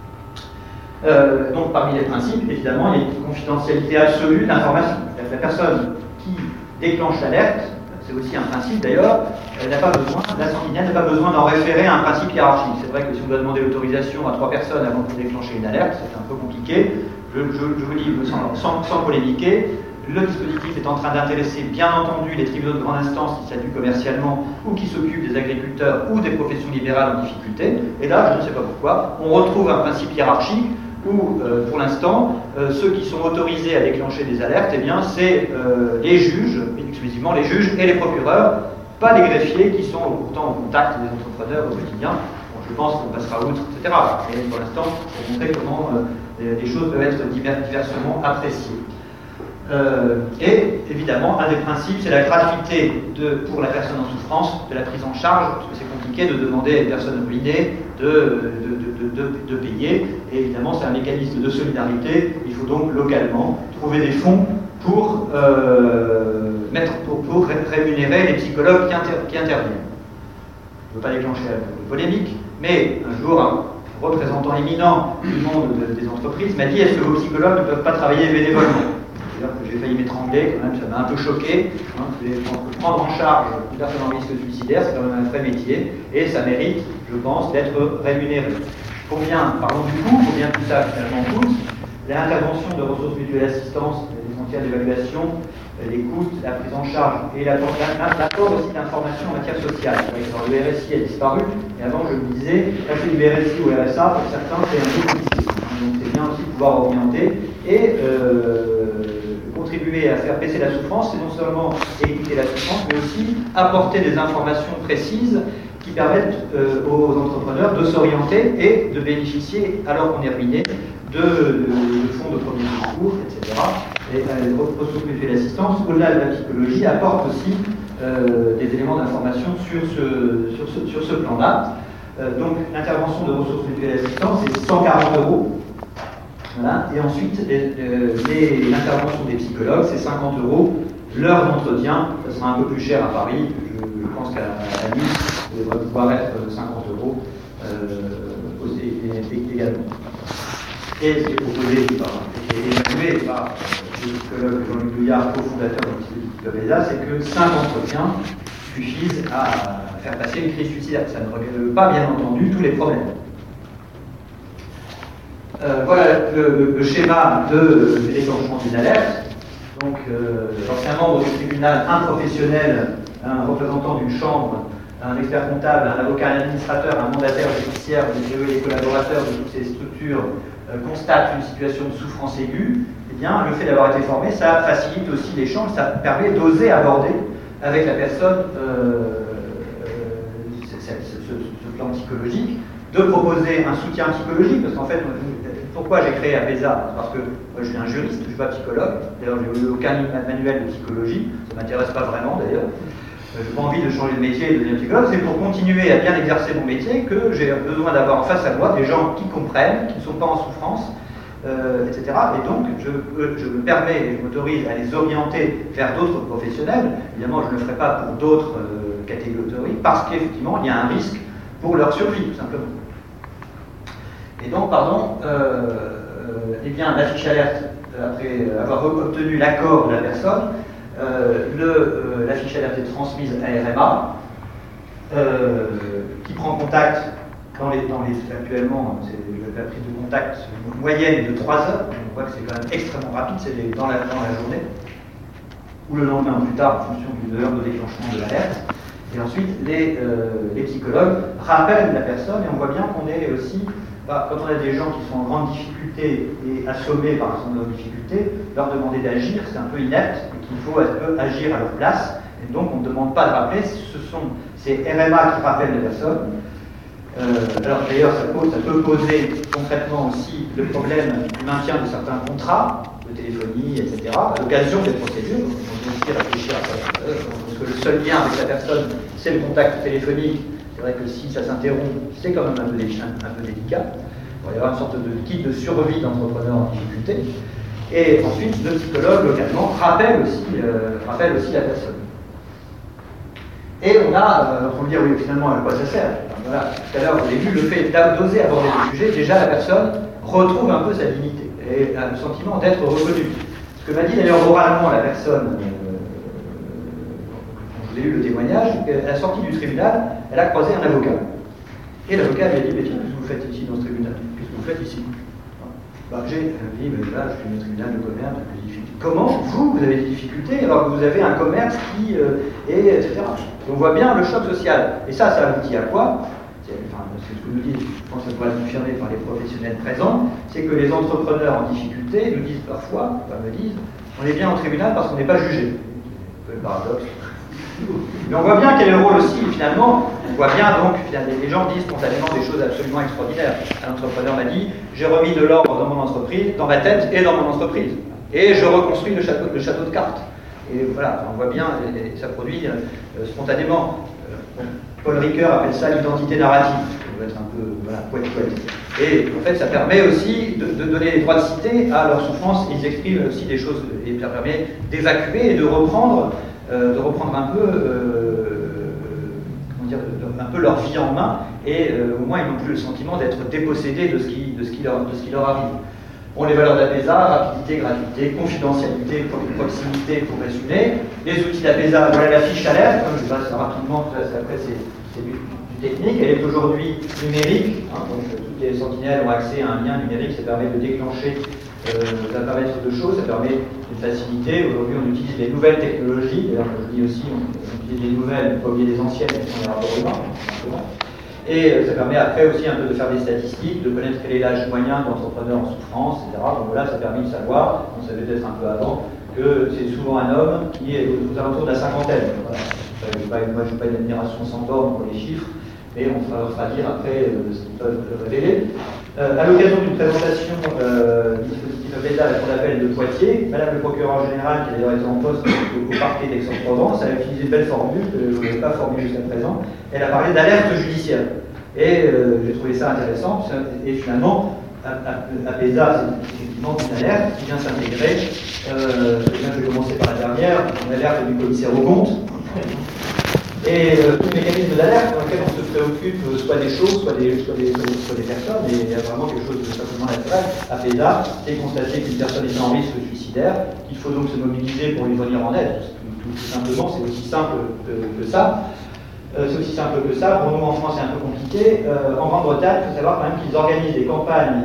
Speaker 3: Donc parmi les principes, évidemment, il y a une confidentialité absolue de l'information. La personne qui déclenche l'alerte, c'est aussi un principe d'ailleurs, la sentinelle n'a pas besoin d'en référer à un principe hiérarchique. C'est vrai que si on doit demander l'autorisation à 3 personnes avant de déclencher une alerte, c'est un peu compliqué. Je vous dis sans polémiquer, le dispositif est en train d'intéresser bien entendu les tribunaux de grande instance qui statuent commercialement ou qui s'occupent des agriculteurs ou des professions libérales en difficulté. Et là, je ne sais pas pourquoi, on retrouve un principe hiérarchique où, pour l'instant, ceux qui sont autorisés à déclencher des alertes, eh bien, c'est les juges, exclusivement les juges et les procureurs, pas les greffiers qui sont pourtant au contact des entrepreneurs au quotidien. Bon, je pense qu'on passera outre, etc. Mais pour l'instant, pour montrer comment les choses peuvent être diversement appréciées. Et évidemment, un des principes, c'est la gratuité pour la personne en souffrance de la prise en charge, parce que c'est compliqué de demander à une personne ruinée de payer. Et évidemment, c'est un mécanisme de solidarité. Il faut donc localement trouver des fonds pour rémunérer les psychologues qui interviennent. Je ne veux pas déclencher la polémique, mais un jour, un représentant éminent du monde des entreprises m'a dit: est-ce que vos psychologues ne peuvent pas travailler bénévolement? C'est-à-dire que j'ai failli m'étrangler, quand même, ça m'a un peu choqué. Prendre en charge une personne en risque suicidaire, c'est quand même un vrai métier, et ça mérite, je pense, d'être rémunéré. Parlons du coût, combien tout ça finalement coûte. L'intervention de ressources mutuelles d'assistance, des frontières d'évaluation, l'écoute, la prise en charge et l'apport aussi d'informations en matière sociale. Alors, le RSI a disparu, et avant je me disais, passer du RSI au RSA, pour certains c'est un peu compliqué. Donc c'est bien aussi de pouvoir orienter et contribuer à faire baisser la souffrance, c'est non seulement éviter la souffrance, mais aussi apporter des informations précises qui permettent aux entrepreneurs de s'orienter et de bénéficier, alors qu'on est ruiné, de fonds de premier secours, etc. Et les ressources mutuelles d'assistance, au-delà de la psychologie, apportent aussi des éléments d'information sur ce plan-là. Donc l'intervention de ressources mutuelles d'assistance, c'est 140 €. Voilà. Et ensuite, l'intervention des psychologues, c'est 50 € l'heure d'entretien. Ça sera un peu plus cher à Paris. Je pense qu'à Nice, ça devrait pouvoir être 50 € également. Et ce qui est proposé et évalué par le psychologue Jean-Luc Douillard, cofondateur de l'Institut PESA, c'est que 5 entretiens suffisent à faire passer une crise suicidaire. Ça ne règle pas, bien entendu, tous les problèmes. Voilà le schéma de déclenchement d'une alerte. Donc, lorsqu'un membre du tribunal, un professionnel, un représentant d'une chambre, un expert comptable, un avocat, un administrateur, un mandataire judiciaire, des collaborateurs de toutes ces structures constate une situation de souffrance aiguë, eh bien, le fait d'avoir été formé, ça facilite aussi l'échange, ça permet d'oser aborder avec la personne ce plan psychologique, de proposer un soutien psychologique, parce qu'en fait, pourquoi j'ai créé APESA? Parce que moi je suis un juriste, je ne suis pas psychologue, d'ailleurs je n'ai aucun manuel de psychologie, ça ne m'intéresse pas vraiment d'ailleurs. Je n'ai pas envie de changer de métier et de devenir psychologue, c'est pour continuer à bien exercer mon métier que j'ai besoin d'avoir en face à moi des gens qui comprennent, qui ne sont pas en souffrance, etc. Et donc je me permets et je m'autorise à les orienter vers d'autres professionnels. Évidemment, je ne le ferai pas pour d'autres catégories, parce qu'effectivement, il y a un risque pour leur survie, tout simplement. Et donc, eh bien, la fiche alerte, après avoir obtenu l'accord de la personne, la fiche alerte est transmise à RMA, qui prend contact actuellement, c'est la prise de contact moyenne de 3 heures, on voit que c'est quand même extrêmement rapide, c'est dans la journée, ou le lendemain ou plus tard, en fonction de l'heure de déclenchement de l'alerte. Et ensuite, les psychologues rappellent la personne, et on voit bien qu'on est aussi, quand on a des gens qui sont en grande difficulté et assommés par son difficulté, leur demander d'agir, c'est un peu inepte, et qu'il faut un peu agir à leur place. Et donc, on ne demande pas de rappeler, c'est RMA qui rappelle les personnes. Alors d'ailleurs, ça peut poser concrètement aussi le problème du maintien de certains contrats de téléphonie, etc. À l'occasion des procédures, on peut aussi réfléchir à ça. Parce que le seul lien avec la personne, c'est le contact téléphonique. C'est vrai que si ça s'interrompt, c'est quand même un peu délicat. Il va y avoir une sorte de kit de survie d'entrepreneurs en difficulté. Et ensuite, le psychologue, localement, rappelle aussi la personne. Et on me dire, oui, finalement, à quoi ça sert? Voilà, tout à l'heure, vous avez vu, le fait d'oser aborder le sujet, déjà la personne retrouve un peu sa dignité et a le sentiment d'être reconnue. Ce que m'a dit d'ailleurs oralement la personne, quand vous avez eu le témoignage, à la sortie du tribunal, elle a croisé un avocat. Et l'avocat lui a dit, mais tiens, qu'est-ce que vous faites ici dans ce tribunal? Qu'est-ce que vous faites ici? J'ai dit, mais là, je suis au tribunal de commerce, j'ai des difficultés. Comment vous avez des difficultés alors que vous avez un commerce qui est, etc. On voit bien le choc social. Et ça aboutit à quoi? C'est ce que nous disent, je pense que ça pourrait être confirmé par les professionnels présents, c'est que les entrepreneurs en difficulté nous disent parfois, me disent, on est bien au tribunal parce qu'on n'est pas jugé. C'est un peu le paradoxe. Mais on voit bien quel est le rôle aussi, finalement, on voit bien donc, les gens disent spontanément des choses absolument extraordinaires. Un entrepreneur m'a dit, j'ai remis de l'ordre dans mon entreprise, dans ma tête et dans mon entreprise. Et je reconstruis le château de cartes. Et voilà, on voit bien, ça produit spontanément. Paul Ricoeur appelle ça l'identité narrative. Ça doit être un peu, poète. Et en fait, ça permet aussi de donner les droits de cité à leur souffrance. Ils expriment aussi des choses, et ça permet d'évacuer et de reprendre un peu leur vie en main, et au moins ils n'ont plus le sentiment d'être dépossédés de ce qui leur arrive. Bon, les valeurs d'APESA, rapidité, gratuité, confidentialité, proximité pour résumer. Les outils d'APESA, voilà la fiche alerte, je passe rapidement, après c'est du technique, elle est aujourd'hui numérique, donc toutes les sentinelles ont accès à un lien numérique, ça permet de déclencher Ça permet de choses, ça permet de faciliter. Aujourd'hui, on utilise les nouvelles technologies. D'ailleurs, je dis aussi, on utilise les nouvelles, pas oublier les anciennes, qui sont les rapports humains. Et ça permet après aussi un peu de faire des statistiques, de connaître quel est l'âge moyen d'entrepreneurs en souffrance, etc. Donc voilà, ça permet de savoir, on savait peut-être un peu avant, que c'est souvent un homme qui est aux alentours de la cinquantaine. Voilà. Moi, je n'ai pas une admiration sans borne pour les chiffres, mais on fera lire après ce qu'ils peuvent révéler. À l'occasion d'une présentation du dispositif APESA à la cour d'appel de Poitiers, Madame le procureur général, qui est d'ailleurs été en poste au parquet d'Aix-en-Provence, a utilisé une belle formule que je n'avais pas formulée jusqu'à présent. Elle a parlé d'alerte judiciaire. Et j'ai trouvé ça intéressant. Et finalement, APESA, c'est effectivement une alerte qui vient s'intégrer. Je vais commencer par la dernière, une alerte du commissaire aux comptes. Et tout le mécanisme d'alerte dans lequel on se préoccupe soit des choses, soit des personnes, et il y a vraiment quelque chose de simplement naturel. APESA, c'est constater qu'une personne est en risque suicidaire, qu'il faut donc se mobiliser pour lui venir en aide. Tout simplement, c'est aussi simple que ça. C'est aussi simple que ça. Pour nous, en France, c'est un peu compliqué. En Grande-Bretagne, il faut savoir quand même qu'ils organisent des campagnes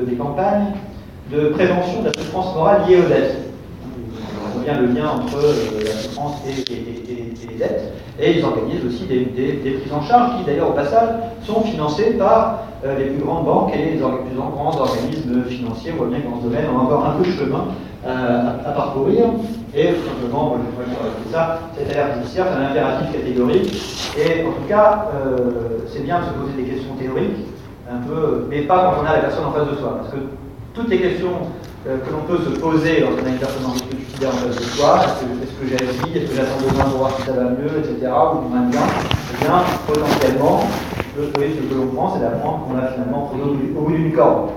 Speaker 3: de prévention de la souffrance morale liée aux dettes. On voit bien le lien entre la souffrance et les dettes. Et ils organisent aussi des prises en charge qui, d'ailleurs, au passage, sont financées par les plus grandes banques et les plus grands organismes financiers. On voit bien que dans ce domaine, on a encore un peu de chemin à parcourir. Et tout simplement, moi, je crois que ça, cette alerte judiciaire, c'est un impératif catégorique. Et en tout cas, c'est bien de se poser des questions théoriques, un peu, mais pas quand on a la personne en face de soi. Parce que toutes les questions que l'on peut se poser lorsqu'on a une personne en risque suicidaire en face de soi, est-ce que j'ai envie, est-ce que j'attends demain pour voir si ça va mieux, etc., ou du moins bien, eh bien, potentiellement, ce que l'on prend, c'est d'apprendre qu'on a finalement pris au bout d'une corde.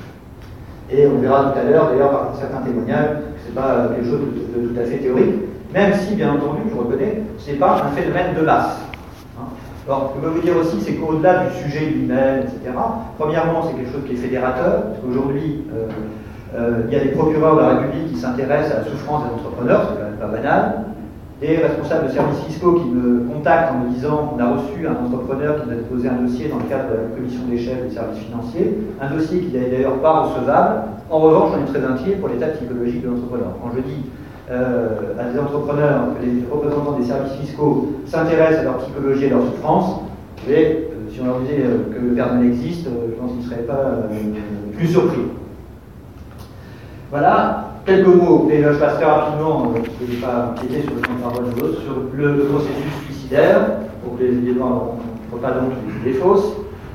Speaker 3: Et on verra tout à l'heure, d'ailleurs, par certains témoignages, que ce n'est pas quelque chose de tout à fait théorique, même si, bien entendu, je reconnais, ce n'est pas un phénomène de masse. Alors, ce que je veux vous dire aussi, c'est qu'au-delà du sujet lui-même, etc., premièrement, c'est quelque chose qui est fédérateur, parce qu'aujourd'hui, il y a des procureurs de la République qui s'intéressent à la souffrance des entrepreneurs, c'est quand même pas banal. Des responsables de services fiscaux qui me contactent en me disant qu'on a reçu un entrepreneur qui nous a déposé un dossier dans le cadre de la commission des chefs des services financiers, un dossier qui n'est d'ailleurs pas recevable. En revanche, on est très inquiet pour l'état psychologique de l'entrepreneur. Quand je dis à des entrepreneurs que les représentants des services fiscaux s'intéressent à leur psychologie et à leur souffrance, et si on leur disait que le Père Noël existe, je pense qu'ils ne seraient pas plus surpris. Voilà. Quelques mots, et là je passe très rapidement, parce que je ne vais pas empiéter sur le temps de parole de l'autre, sur le processus suicidaire, pour que les idées noires ne soient pas donc des idées fausses.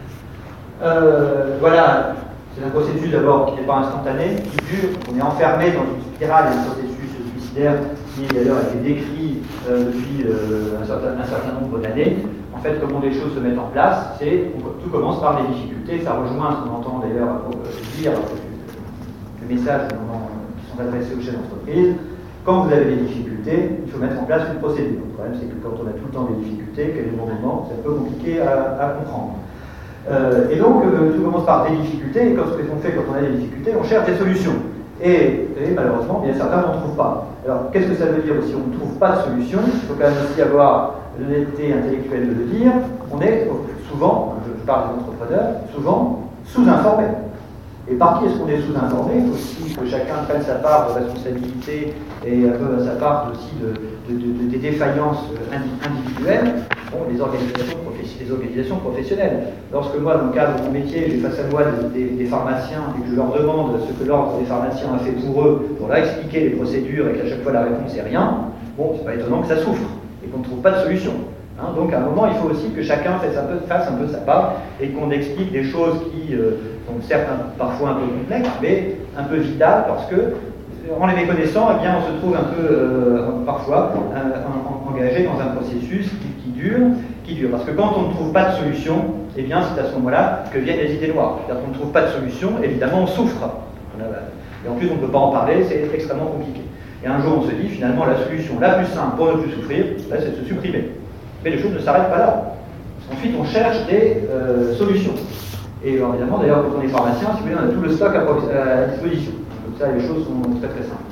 Speaker 3: Voilà, c'est un processus d'abord qui n'est pas instantané, qui dure, on est enfermé dans une spirale d'un processus suicidaire qui d'ailleurs a été décrit depuis un certain nombre d'années. En fait, comment les choses se mettent en place, tout commence par des difficultés, ça rejoint ce qu'on entend d'ailleurs dire, le message adressé aux chefs d'entreprise. Quand vous avez des difficultés, il faut mettre en place une procédure. Le problème, c'est que quand on a tout le temps des difficultés, quel est le bon moment, c'est un peu compliqué à comprendre. Et donc, tout commence par des difficultés, et qu'est-ce qu'on fait quand on a des difficultés? On cherche des solutions. Et malheureusement, bien certains n'en trouvent pas. Alors, qu'est-ce que ça veut dire si on ne trouve pas de solution? Il faut quand même aussi avoir l'honnêteté intellectuelle de le dire. On est souvent, je parle des entrepreneurs, souvent sous-informés. Et par qui est-ce qu'on est sous-informé? Il faut aussi que chacun prenne sa part de responsabilité et un peu sa part aussi des défaillances individuelles. Bon, les organisations professionnelles. Lorsque moi, dans le cadre de mon métier, j'ai face à moi des pharmaciens et que je leur demande ce que l'ordre des pharmaciens a fait pour eux, pour leur expliquer les procédures et qu'à chaque fois la réponse est rien, bon, c'est pas étonnant que ça souffre et qu'on ne trouve pas de solution. Donc à un moment, il faut aussi que chacun fasse un peu sa part et qu'on explique des choses qui sont certes parfois un peu complexes, mais un peu vitales, parce que en les méconnaissant, eh bien, on se trouve un peu parfois engagé dans un processus qui dure. Parce que quand on ne trouve pas de solution, eh bien, c'est à ce moment-là que viennent les idées noires. C'est-à-dire qu'on ne trouve pas de solution, évidemment, on souffre. Et en plus, on ne peut pas en parler, c'est extrêmement compliqué. Et un jour, on se dit, finalement, la solution la plus simple pour ne plus souffrir, là, c'est de se supprimer. Mais les choses ne s'arrêtent pas là. Ensuite, on cherche des solutions. Et alors, évidemment, d'ailleurs, quand on est pharmacien, si vous voulez, on a tout le stock à disposition. Donc ça, les choses sont très très simples.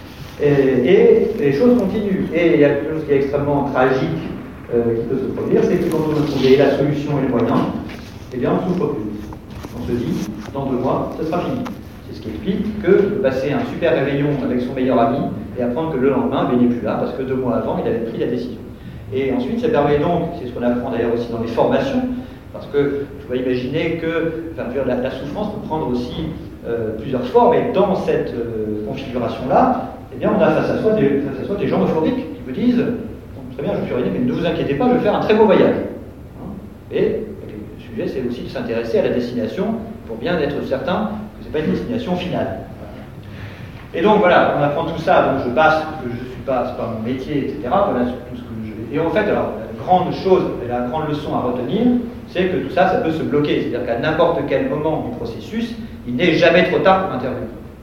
Speaker 3: Et les choses continuent. Et il y a quelque chose qui est extrêmement tragique qui peut se produire, c'est que quand on a trouvé la solution et le moyen, eh bien, on ne souffre plus. On se dit, dans 2 mois, ce sera fini. C'est ce qui explique que de passer un super réveillon avec son meilleur ami et apprendre que le lendemain, il n'est plus là parce que 2 mois avant, il avait pris la décision. Et ensuite, ça permet donc, c'est ce qu'on apprend d'ailleurs aussi dans les formations, parce que tu vas imaginer que la souffrance peut prendre aussi plusieurs formes, et dans cette configuration-là, eh bien, on a face à soi des gens euphoriques qui vous disent très bien, je suis ruiné, mais ne vous inquiétez pas, je vais faire un très beau voyage. Et le sujet, c'est aussi de s'intéresser à la destination pour bien être certain que ce n'est pas une destination finale. Et donc voilà, on apprend tout ça, donc je passe, parce que je ne suis pas, c'est pas mon métier, etc. Voilà tout ce que je vais. Et en fait, alors, la grande chose, et la grande leçon à retenir, c'est que tout ça, ça peut se bloquer. C'est-à-dire qu'à n'importe quel moment du processus, il n'est jamais trop tard pour intervenir.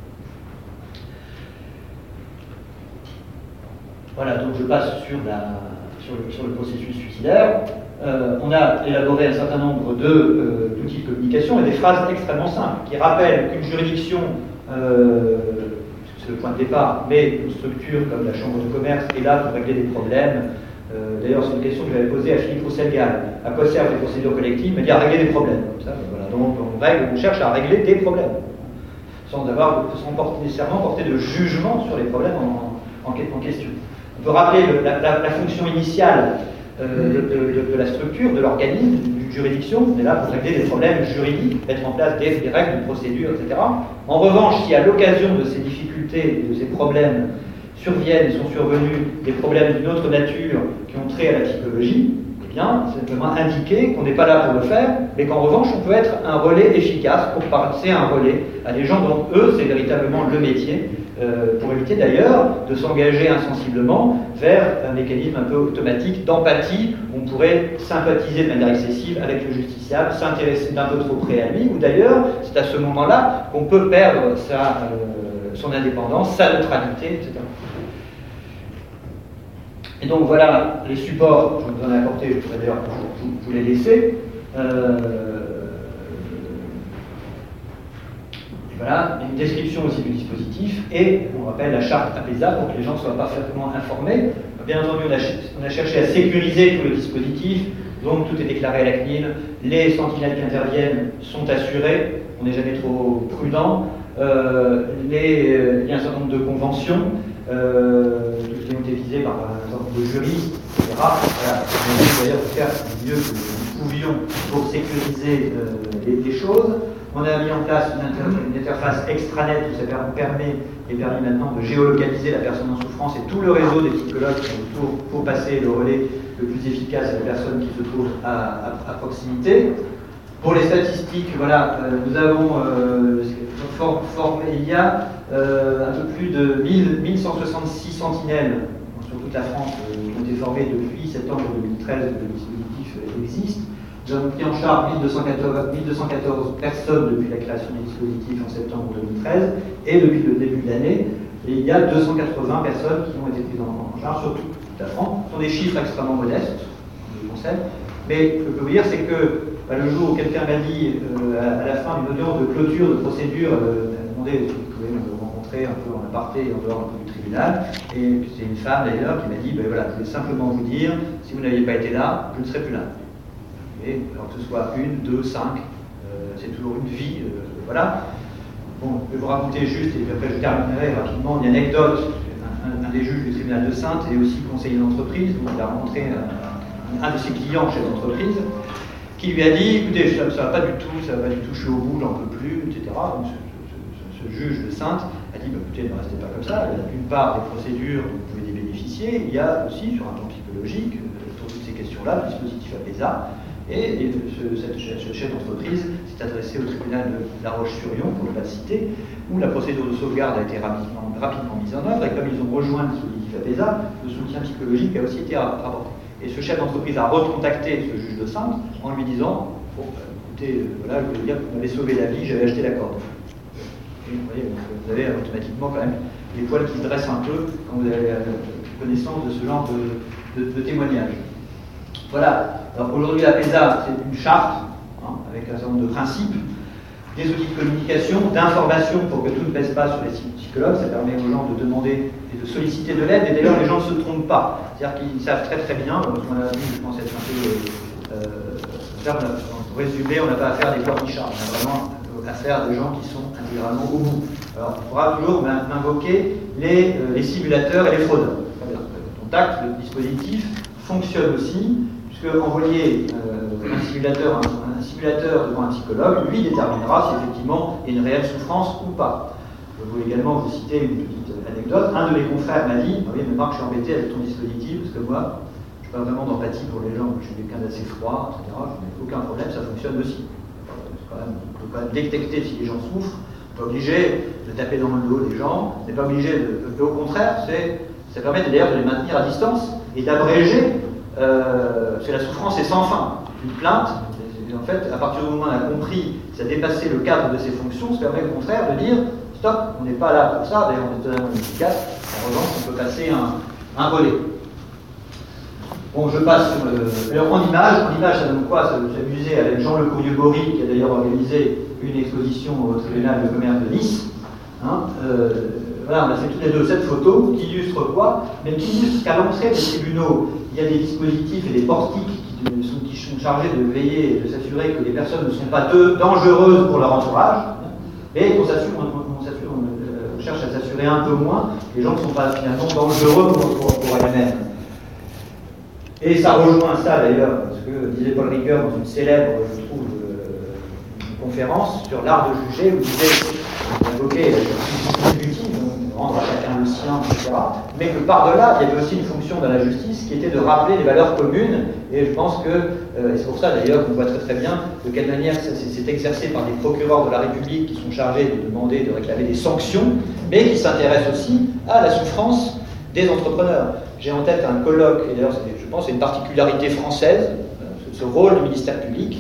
Speaker 3: Voilà, donc je passe sur le processus suicidaire. On a élaboré un certain nombre d'outils de communication et des phrases extrêmement simples qui rappellent qu'une juridiction, c'est le point de départ, mais une structure comme la Chambre de commerce est là pour régler des problèmes. D'ailleurs, c'est une question que j'avais posée à Philippe Roussel-Gall. À quoi servent les procédures collectives? Il m'a dit à régler des problèmes. Comme ça, voilà. Donc on cherche à régler des problèmes, sans nécessairement porter de jugement sur les problèmes en question. On peut rappeler la fonction initiale de la structure, de l'organisme, d'une juridiction. On est là pour régler des problèmes juridiques, mettre en place des règles de procédure, etc. En revanche, si à l'occasion de ces difficultés et de ces problèmes sont survenus des problèmes d'une autre nature qui ont trait à la psychologie, eh bien, c'est simplement indiquer qu'on n'est pas là pour le faire, mais qu'en revanche, on peut être un relais efficace pour passer un relais à des gens dont eux, c'est véritablement le métier, pour éviter d'ailleurs de s'engager insensiblement vers un mécanisme un peu automatique d'empathie. On pourrait sympathiser de manière excessive avec le justiciable, s'intéresser d'un peu trop près à lui, ou d'ailleurs, c'est à ce moment-là qu'on peut perdre son indépendance, sa neutralité, etc. Et donc voilà les supports, je vous en ai apporté, je pourrais d'ailleurs vous les laisser. Voilà, une description aussi du dispositif et on rappelle la charte APESA pour que les gens soient parfaitement informés. Bien entendu, on a cherché à sécuriser tout le dispositif, donc tout est déclaré à la CNIL, les sentinelles qui interviennent sont assurées, on n'est jamais trop prudent, il y a un certain nombre de conventions qui ont été visées par un certain nombre de juristes, etc. Voilà, on a d'ailleurs faire du mieux que nous pouvions pour sécuriser les choses. On a mis en place une interface extranet où ça permis maintenant de géolocaliser la personne en souffrance et tout le réseau des psychologues pour passer le relais le plus efficace à la personne qui se trouve à proximité. Pour les statistiques, voilà, nous avons formé, il y a un peu plus de 1166 sentinelles sur toute la France qui ont été formées depuis septembre 2013 que le dispositif existe. Nous avons pris en charge 1214 personnes depuis la création du dispositif en septembre 2013 et depuis le début de l'année, il y a 280 personnes qui ont été prises en charge sur toute la France. Ce sont des chiffres extrêmement modestes, je conseille, mais ce que je peux vous dire, c'est que le jour où quelqu'un m'a dit, à la fin d'une audience de clôture de procédure, m'a demandé si vous pouvez me rencontrer un peu en aparté, en dehors du tribunal, et c'est une femme d'ailleurs qui m'a dit, voilà, je voulais simplement vous dire, si vous n'aviez pas été là, je ne serais plus là. Et, alors que ce soit 1, 2, 5, c'est toujours une vie, voilà. Bon, je vais vous raconter juste, et puis après je terminerai rapidement, une anecdote. Un des juges du tribunal de Saintes est aussi conseiller d'entreprise, donc il a rencontré un de ses clients chez l'entreprise, qui lui a dit, écoutez, ça va pas du tout, je suis au bout, j'en peux plus, etc. Donc ce juge de Saintes a dit, écoutez, ne restez pas comme ça, il y a d'une part des procédures dont vous pouvez bénéficier, il y a aussi, sur un plan psychologique, sur toutes ces questions-là, le dispositif APESA. Et cette chef d'entreprise s'est adressée au tribunal de La Roche-sur-Yon, pour ne pas le citer, où la procédure de sauvegarde a été rapidement mise en œuvre, et comme ils ont rejoint le dispositif APESA, le soutien psychologique a aussi été apporté. Et ce chef d'entreprise a recontacté ce juge de Saintes en lui disant, écoutez, voilà, je voulais dire que vous m'avez sauvé la vie, j'avais acheté la corde. Et vous voyez, vous avez automatiquement quand même les poils qui se dressent un peu quand vous avez connaissance de ce genre de témoignage. Voilà. Alors aujourd'hui, la PESA, c'est une charte, avec un certain nombre de principes, des outils de communication, d'information pour que tout ne pèse pas sur les psychologues. Ça permet aux gens de demander et de solliciter de l'aide. Et d'ailleurs, les gens ne se trompent pas. C'est-à-dire qu'ils savent très très bien, ce qu'on a vu, je pense être un peu... pour résumer, on n'a pas affaire à des pleurnichards. On a vraiment affaire à des gens qui sont intégralement au bout. Alors, il faudra toujours invoquer les simulateurs et les fraudeurs. Contact, le dispositif fonctionne aussi, puisque envoyer un simulateur devant un psychologue, lui déterminera si effectivement il y a une réelle souffrance ou pas. Je voulais également vous citer une petite anecdote. Un de mes confrères m'a dit: oui, mais Marc, je suis embêté avec ton dispositif, parce que moi, je n'ai pas vraiment d'empathie pour les gens, je suis quelqu'un d'assez froid, etc. Je n'ai aucun problème, ça fonctionne aussi. On peut quand même détecter si les gens souffrent, on n'est pas obligé de taper dans le dos des gens, on n'est pas obligé au contraire, ça permet d'ailleurs de les maintenir à distance et d'abréger, parce que la souffrance est sans fin. Une plainte, en fait, à partir du moment où on a compris que ça dépassait le cadre de ses fonctions, ça permet au contraire de dire: stop, on n'est pas là pour ça, d'ailleurs on est totalement efficace, en revanche on peut passer un relais. Bon, je passe en image, ça donne quoi? Ça s'amuser avec Jean Le Courrier-Bory, qui a d'ailleurs organisé une exposition au tribunal de commerce de Nice. Voilà, on a fait toutes les deux cette photo qui illustre quoi? Mais qui illustre qu'à l'entrée des tribunaux, il y a des dispositifs et des portiques qui sont chargés de veiller et de s'assurer que les personnes ne sont pas dangereuses pour leur entourage, et on cherche à s'assurer un peu moins que les gens ne sont pas finalement dangereux pour elles-mêmes. Et ça rejoint ça d'ailleurs, ce que disait Paul Ricoeur dans une célèbre, je trouve, conférence sur l'art de juger, où il disait, invoquer la justice distributive, rendre à chacun le sien, etc. Mais que par-delà, il y avait aussi une fonction dans la justice qui était de rappeler les valeurs communes. Et je pense que, et c'est pour ça d'ailleurs qu'on voit très très bien de quelle manière c'est exercé par des procureurs de la République qui sont chargés de demander, de réclamer des sanctions, mais qui s'intéressent aussi à la souffrance des entrepreneurs. J'ai en tête un colloque, et d'ailleurs je pense que c'est une particularité française, ce rôle du ministère public.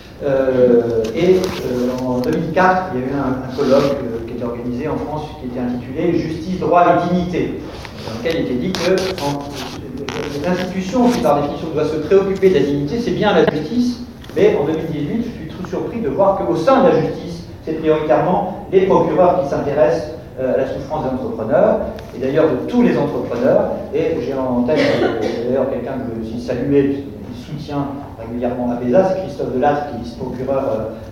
Speaker 3: En 2004, il y a eu un colloque qui était organisé en France qui était intitulé Justice, droit et dignité, dans lequel il était dit que l'institution qui par définition doit se préoccuper de la dignité, c'est bien la justice, mais en 2018, je suis trop surpris de voir qu'au sein de la justice, c'est prioritairement les procureurs qui s'intéressent à la souffrance des entrepreneurs, et d'ailleurs de tous les entrepreneurs. Et j'ai en tête d'ailleurs quelqu'un que je veux aussi saluer, qui soutient régulièrement APESA, c'est Christophe Delattre, qui est vice-procureur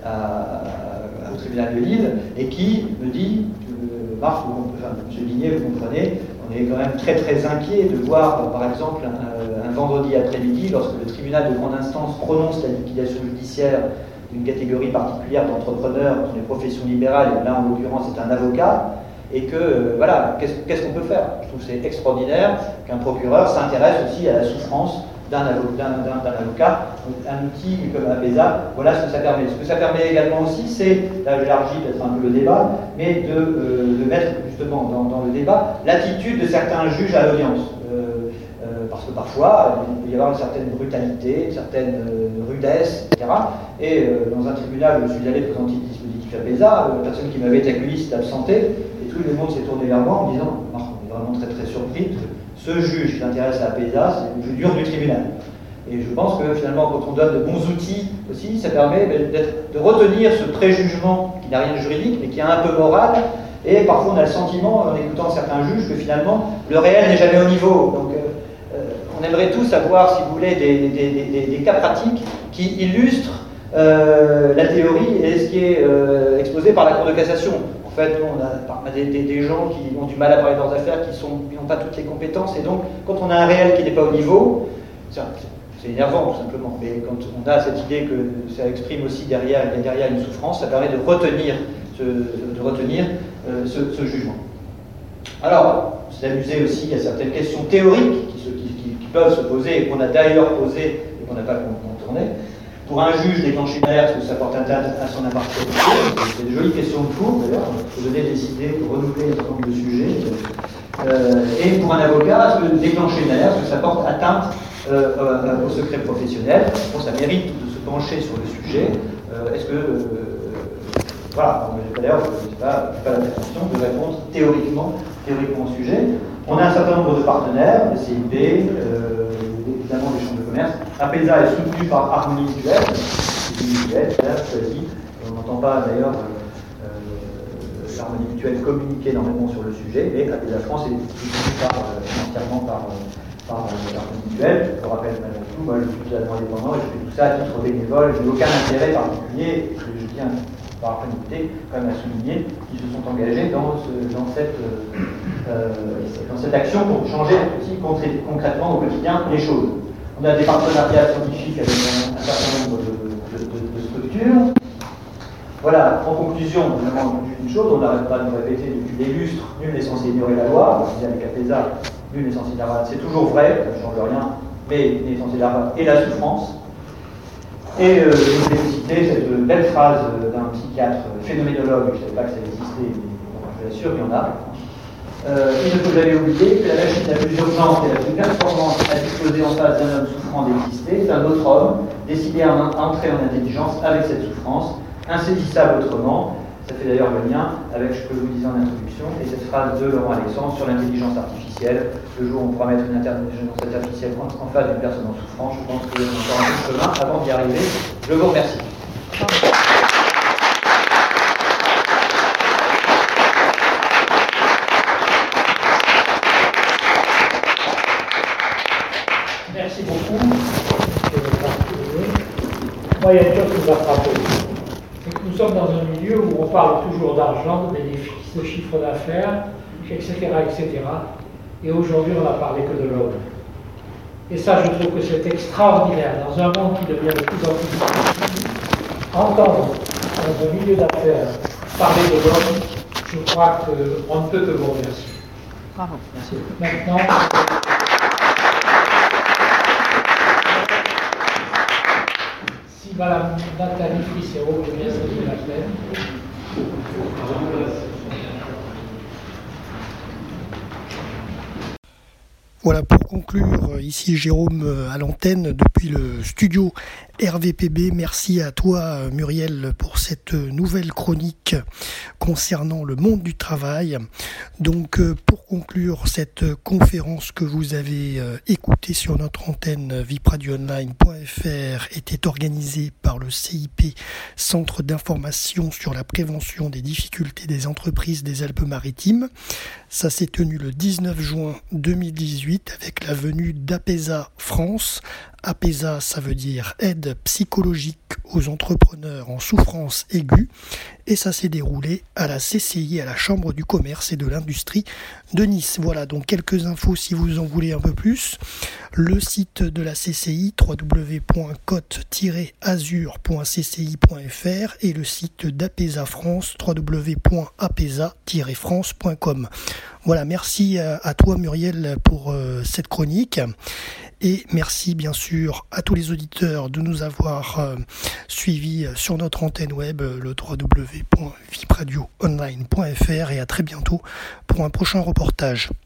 Speaker 3: au tribunal de Lille, et qui me dit: Marc, M. Bignet, vous comprenez, on est quand même très très inquiet de voir, par exemple, un vendredi après-midi, lorsque le tribunal de grande instance prononce la liquidation judiciaire d'une catégorie particulière d'entrepreneurs dans les professions libérales, et là en l'occurrence c'est un avocat, et que, voilà, qu'est-ce qu'on peut faire? Je trouve que c'est extraordinaire qu'un procureur s'intéresse aussi à la souffrance d'un avocat. Donc, un outil comme APESA, voilà ce que ça permet. Ce que ça permet également aussi, c'est, là j'élargis peut-être un peu le débat, mais de mettre justement dans le débat l'attitude de certains juges à l'audience. Parce que parfois, il peut y avoir une certaine brutalité, une certaine rudesse, etc. Et dans un tribunal où je suis allé présenter le dispositif APESA, la personne qui m'avait accueilli s'est absentée, et tout le monde s'est tourné vers moi en me disant: Marc, on est vraiment très très surpris, ce juge qui s'intéresse à APESA, c'est le juge dur du tribunal. Et je pense que finalement, quand on donne de bons outils aussi, ça permet de retenir ce préjugement qui n'a rien de juridique, mais qui est un peu moral. Et parfois, on a le sentiment, en écoutant certains juges, que finalement, le réel n'est jamais au niveau. Donc, on aimerait tous avoir, si vous voulez, des cas pratiques qui illustrent la théorie et ce qui est exposé par la Cour de cassation. En fait, on a des gens qui ont du mal à parler de leurs affaires, qui n'ont pas toutes les compétences, et donc, quand on a un réel qui n'est pas au niveau, c'est énervant tout simplement, mais quand on a cette idée que ça exprime aussi derrière une souffrance, ça permet de retenir ce jugement. Alors, c'est amusé aussi, il y a certaines questions théoriques qui peuvent se poser, et qu'on a d'ailleurs posées, et qu'on n'a pas contournées. Pour un juge, déclencher une alerte, est-ce que ça porte atteinte à son impartialité? C'est des jolies questions de cours, d'ailleurs, pour donner des idées, pour renouveler un certain nombre de sujets. Et pour un avocat, est-ce que déclencher une alerte, est-ce que ça porte atteinte au secret professionnel? Bon, ça mérite de se pencher sur le sujet. Est-ce que... voilà, d'ailleurs, je n'ai pas la prétention de répondre théoriquement au sujet. On a un certain nombre de partenaires, le CIP, évidemment les chambres de commerce. APESA est soutenu par Harmonie Mutuelle, choisi. On n'entend pas d'ailleurs l'Harmonie Mutuelle communiquer énormément sur le sujet, mais APESA France est soutenu entièrement par l'Harmonie Mutuelle. Je le rappelle malgré tout, moi je suis totalement indépendant et je fais tout ça à titre bénévole, je n'ai aucun intérêt particulier, je tiens par après-midi, quand même à souligner, qui se sont engagés dans cette action pour changer aussi concrètement au quotidien les choses. On a des partenariats scientifiques avec un certain nombre de structures. Voilà, en conclusion, une chose, on n'arrête pas de nous répéter depuis des lustres, nul n'est censé ignorer la loi, on disait avec APESA, nul n'est censé ignorer la loi, c'est toujours vrai, ça ne change rien, mais nul n'est censé ignorer la loi et la souffrance. Et je vais citer cette belle phrase d'un psychiatre phénoménologue, je ne savais pas que ça existait, mais je vous assure qu'il y en a. Il ne faut jamais oublier que la machine la plus urgente et la plus performante à disposer en face d'un homme souffrant d'exister, c'est un autre homme décidé à entrer en intelligence avec cette souffrance, insaisissable autrement. Ça fait d'ailleurs le lien avec ce que je vous disais en introduction et cette phrase de Laurent Alexandre sur l'intelligence artificielle. Le jour où on pourra mettre une intelligence artificielle en face d'une personne en souffrance, je pense qu'il y a encore un peu de chemin avant d'y arriver. Je vous remercie.
Speaker 4: Merci beaucoup. Moi, il y a une chose qui m'a frappé. C'est que nous sommes dans un milieu où on parle toujours d'argent, de bénéfices, de chiffre d'affaires, etc., etc. Et aujourd'hui, on n'a parlé que de l'homme. Et ça, je trouve que c'est extraordinaire. Dans un monde qui devient de plus en plus difficile, entendre dans un milieu d'affaires parler de l'homme, je crois qu'on ne peut que vous remercier.
Speaker 1: Bravo.
Speaker 4: Merci. Maintenant, si Mme Nathalie Frissero veut bien saluer la peine.
Speaker 5: Voilà, pour conclure, ici Jérôme à l'antenne depuis le studio RVPB. Merci à toi Muriel pour cette nouvelle chronique concernant le monde du travail. Donc pour conclure cette conférence que vous avez écoutée sur notre antenne vipradioonline.fr était organisée par le CIP, Centre d'information sur la prévention des difficultés des entreprises des Alpes-Maritimes. Ça s'est tenu le 19 juin 2018 avec la venue d'APESA France. APESA, ça veut dire aide psychologique aux entrepreneurs en souffrance aiguë. Et ça s'est déroulé à la CCI, à la Chambre du commerce et de l'industrie de Nice. Voilà, donc quelques infos si vous en voulez un peu plus. Le site de la CCI, www.cote-azur.cci.fr et le site d'APESA France, www.apesa-france.com. Voilà, merci à toi Muriel pour cette chronique. Et merci bien sûr à tous les auditeurs de nous avoir suivis sur notre antenne web, le www.vipradioonline.fr et à très bientôt pour un prochain reportage.